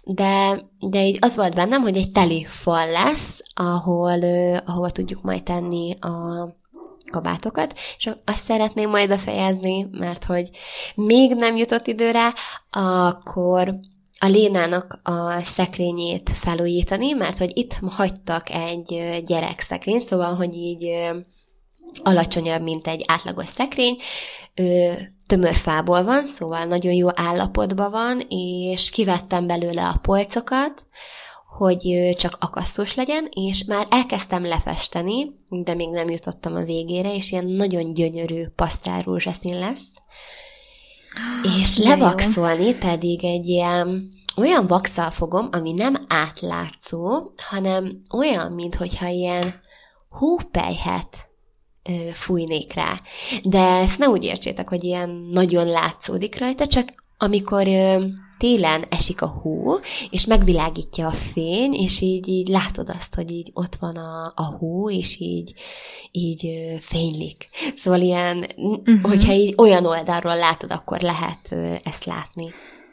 de így az volt bennem, hogy egy teli fal lesz, ahova tudjuk majd tenni a kabátokat, és azt szeretném majd befejezni, mert hogy még nem jutott időre, akkor a Lénának a szekrényét felújítani, mert hogy itt hagytak egy gyerekszekrény, szóval, hogy így alacsonyabb, mint egy átlagos szekrény, tömör fából van, szóval nagyon jó állapotban van, és kivettem belőle a polcokat, hogy csak akasztós legyen, és már elkezdtem lefesteni, de még nem jutottam a végére, és ilyen nagyon gyönyörű pasztelrózsaszín lesz. És levaxolni pedig egy ilyen olyan vaxal fogom, ami nem átlátszó, hanem olyan, minthogyha ilyen hópelyhet fújnék rá. De ezt ne úgy értsétek, hogy ilyen nagyon látszódik rajta, csak amikor télen esik a hó, és megvilágítja a fény, és így látod azt, hogy így ott van a hó, és így fénylik. Szóval ilyen, hogyha így olyan oldalról látod, akkor lehet ezt látni.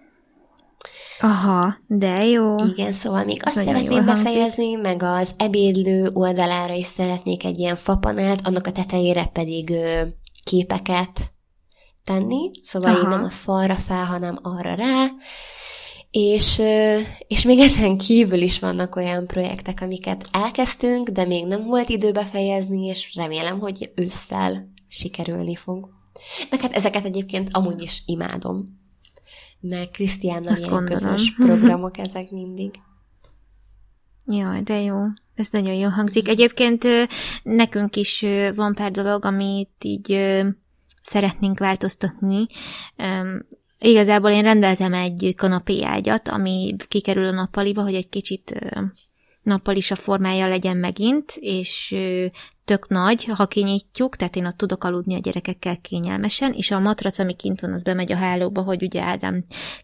Aha, de jó. Igen, szóval még azt szeretném befejezni, meg az ebédlő oldalára is szeretnék egy ilyen fapanelt, annak a tetejére pedig képeket tenni, szóval így nem a falra fel, hanem arra rá, és még ezen kívül is vannak olyan projektek, amiket elkezdtünk, de még nem volt idő befejezni, és remélem, hogy ősszel sikerülni fog. Meg hát ezeket egyébként amúgy is imádom. Meg Krisztiánnal ilyen közös programok ezek mindig. Jaj, de jó. Ez nagyon jó hangzik. Egyébként nekünk is van pár dolog, amit így szeretnénk változtatni. Igazából én rendeltem egy kanapéágyat, ami kikerül a nappaliba, hogy egy kicsit nappalisa formája legyen megint, és tök nagy, ha kinyitjuk, tehát én ott tudok aludni a gyerekekkel kényelmesen, és a matrac, ami kint van, az bemegy a hálóba, hogy ugye Ádám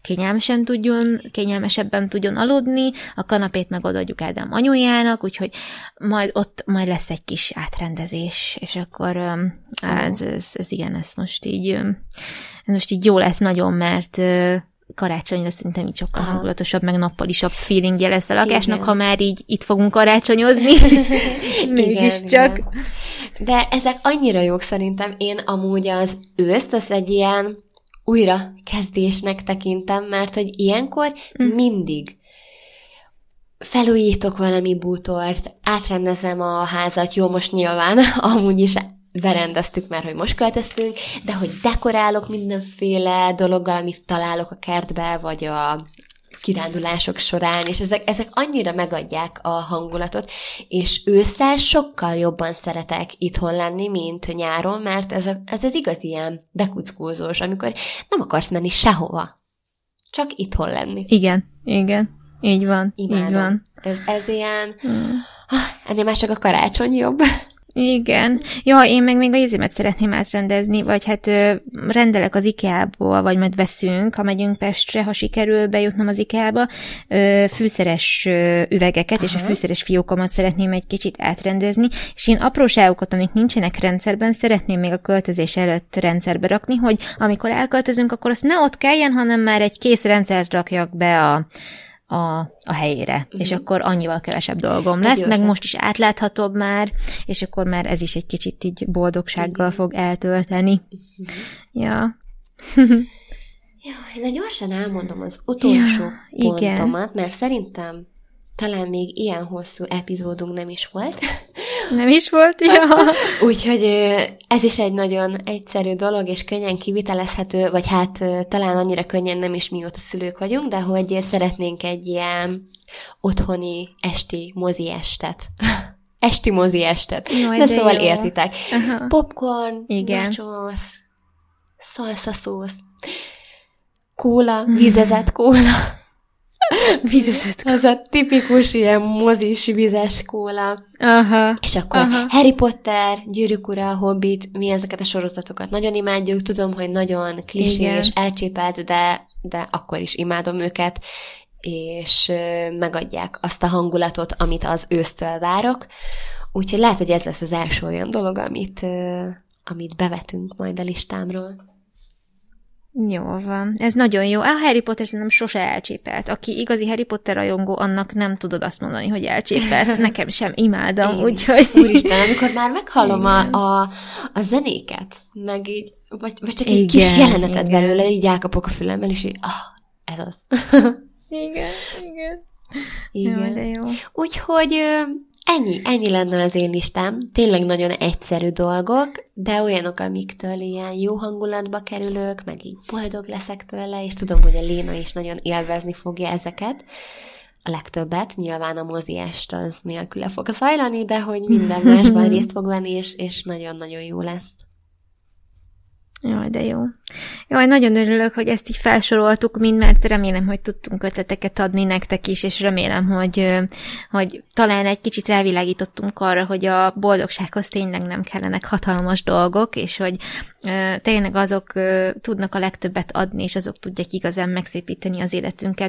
kényelmesebben tudjon aludni, a kanapét meg odaadjuk Ádám anyujának, úgyhogy majd lesz egy kis átrendezés, és akkor ez most így jó lesz nagyon, mert karácsonyra szerintem így sokkal hangulatosabb, meg nappalisabb feelingje lesz a lakásnak, ha már így itt fogunk karácsonyozni. Mégiscsak. De ezek annyira jók szerintem. Én amúgy az őszt, az egy ilyen újra kezdésnek tekintem, mert hogy ilyenkor mindig felújítok valami bútort, átrendezem a házat, jó, most nyilván amúgy is berendeztük már, hogy most költöztünk, de hogy dekorálok mindenféle dologgal, amit találok a kertbe, vagy a kirándulások során, és ezek annyira megadják a hangulatot, és ősszel sokkal jobban szeretek itthon lenni, mint nyáron, mert ez az igazi ilyen bekuckózós, amikor nem akarsz menni sehova, csak itthon lenni. Igen, így van. Imádom. Így van. Ez ilyen, ennél már csak a karácsony jobb. Igen. Ja, én meg még a izémet szeretném átrendezni, vagy hát rendelek az IKEA-ból, vagy majd veszünk, ha megyünk Pestre, ha sikerül bejutnom az IKEA-ba, fűszeres üvegeket, és a fűszeres fiókomat szeretném egy kicsit átrendezni, és én apróságokat, amik nincsenek rendszerben, szeretném még a költözés előtt rendszerbe rakni, hogy amikor elköltözünk, akkor azt ne ott kelljen, hanem már egy kész rendszert rakjak be a helyére, és akkor annyival kevesebb dolgom lesz, meg most is átláthatóbb már, és akkor már ez is egy kicsit így boldogsággal fog eltölteni. Ja. Én gyorsan elmondom az utolsó pontomat, mert szerintem talán még ilyen hosszú epizódunk nem is volt. Nem is volt, ja. Úgyhogy ez is egy nagyon egyszerű dolog, és könnyen kivitelezhető, vagy hát talán annyira könnyen nem is, mióta szülők vagyunk, de hogy szeretnénk egy ilyen otthoni esti mozi estet. Esti mozi estet. Jaj, de szóval jó. Értitek. Popcorn, igen, nachos, szalszaszósz, kóla, vízezett kóla. Az a tipikus ilyen mozis, vizes kóla. És akkor Harry Potter, Gyűrűk ura, Hobbit, mi ezeket a sorozatokat nagyon imádjuk. Tudom, hogy nagyon klisé és elcsépelt, de akkor is imádom őket, és megadják azt a hangulatot, amit az ősztől várok. Úgyhogy lehet, hogy ez lesz az első olyan dolog, amit bevetünk majd a listámról. Jó van. Ez nagyon jó. A Harry Potter szerintem sose elcsépelt. Aki igazi Harry Potter rajongó, annak nem tudod azt mondani, hogy elcsépelt. Nekem sem, imádom. Úgyhogy... Úristen, amikor már meghallom a zenéket, meg így, vagy csak egy kis jelenetet belőle, így elkapok a fülemben, és így, ez az. Igen. Igen. Jó, de jó. Úgyhogy ennyi lenne az én listám. Tényleg nagyon egyszerű dolgok, de olyanok, amiktől ilyen jó hangulatba kerülök, meg így boldog leszek tőle, és tudom, hogy a Léna is nagyon élvezni fogja ezeket. A legtöbbet, nyilván a moziást az nélküle fog zajlani, de hogy minden másban részt fog venni, és nagyon-nagyon jó lesz. Jaj, de jó. Jaj, nagyon örülök, hogy ezt így felsoroltuk mind, mert remélem, hogy tudtunk ötleteket adni nektek is, és remélem, hogy talán egy kicsit rávilágítottunk arra, hogy a boldogsághoz tényleg nem kellenek hatalmas dolgok, és hogy tényleg azok tudnak a legtöbbet adni, és azok tudják igazán megszépíteni az életünket,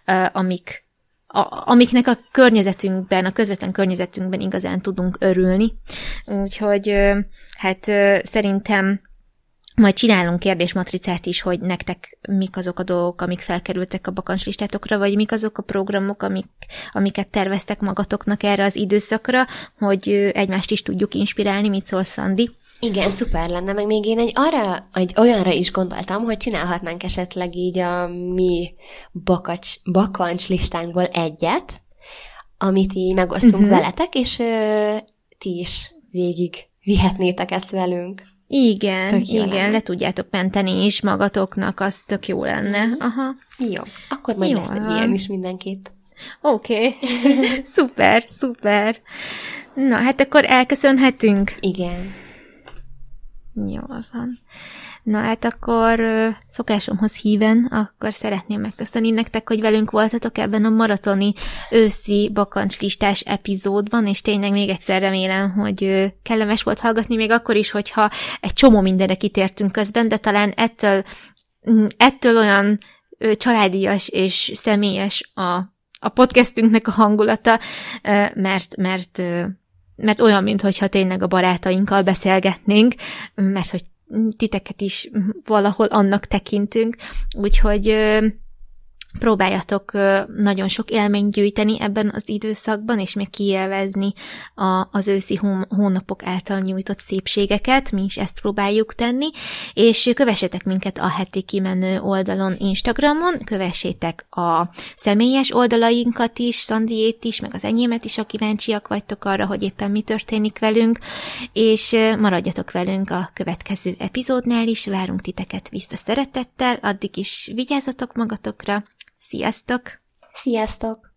amiknek a környezetünkben, a közvetlen környezetünkben igazán tudunk örülni. Úgyhogy hát szerintem majd csinálunk kérdésmatricát is, hogy nektek mik azok a dolgok, amik felkerültek a bakancslistátokra, vagy mik azok a programok, amiket terveztek magatoknak erre az időszakra, hogy egymást is tudjuk inspirálni. Mit szól, Szandi? Igen, szuper lenne, meg még én egy olyanra is gondoltam, hogy csinálhatnánk esetleg így a mi bakancslistánkból egyet, amit így megosztunk veletek, és ti is végig vihetnétek ezt velünk. Igen, le tudjátok menteni is magatoknak, az tök jó lenne. Aha. Jó, akkor majd lesz egy ilyen is mindenképp. Oké. Szuper. Na, hát akkor elköszönhetünk? Igen. Jól van. Na hát akkor szokásomhoz híven, akkor szeretném megköszönni nektek, hogy velünk voltatok ebben a maratoni őszi bakancslistás epizódban, és tényleg még egyszer remélem, hogy kellemes volt hallgatni, még akkor is, hogyha egy csomó mindenre kitértünk közben, de talán ettől olyan családias és személyes a podcastünknek a hangulata, mert olyan, mintha tényleg a barátainkkal beszélgetnénk, mert hogy titeket is valahol annak tekintünk, úgyhogy próbáljatok nagyon sok élményt gyűjteni ebben az időszakban, és még kiélvezni az őszi hónapok által nyújtott szépségeket, mi is ezt próbáljuk tenni, és kövessetek minket a Heti Kimenő oldalon Instagramon, kövessétek a személyes oldalainkat is, Szandiét is, meg az enyémet is, ha kíváncsiak vagytok arra, hogy éppen mi történik velünk, és maradjatok velünk a következő epizódnál is, várunk titeket vissza szeretettel, addig is vigyázzatok magatokra. Sziasztok! Sziasztok!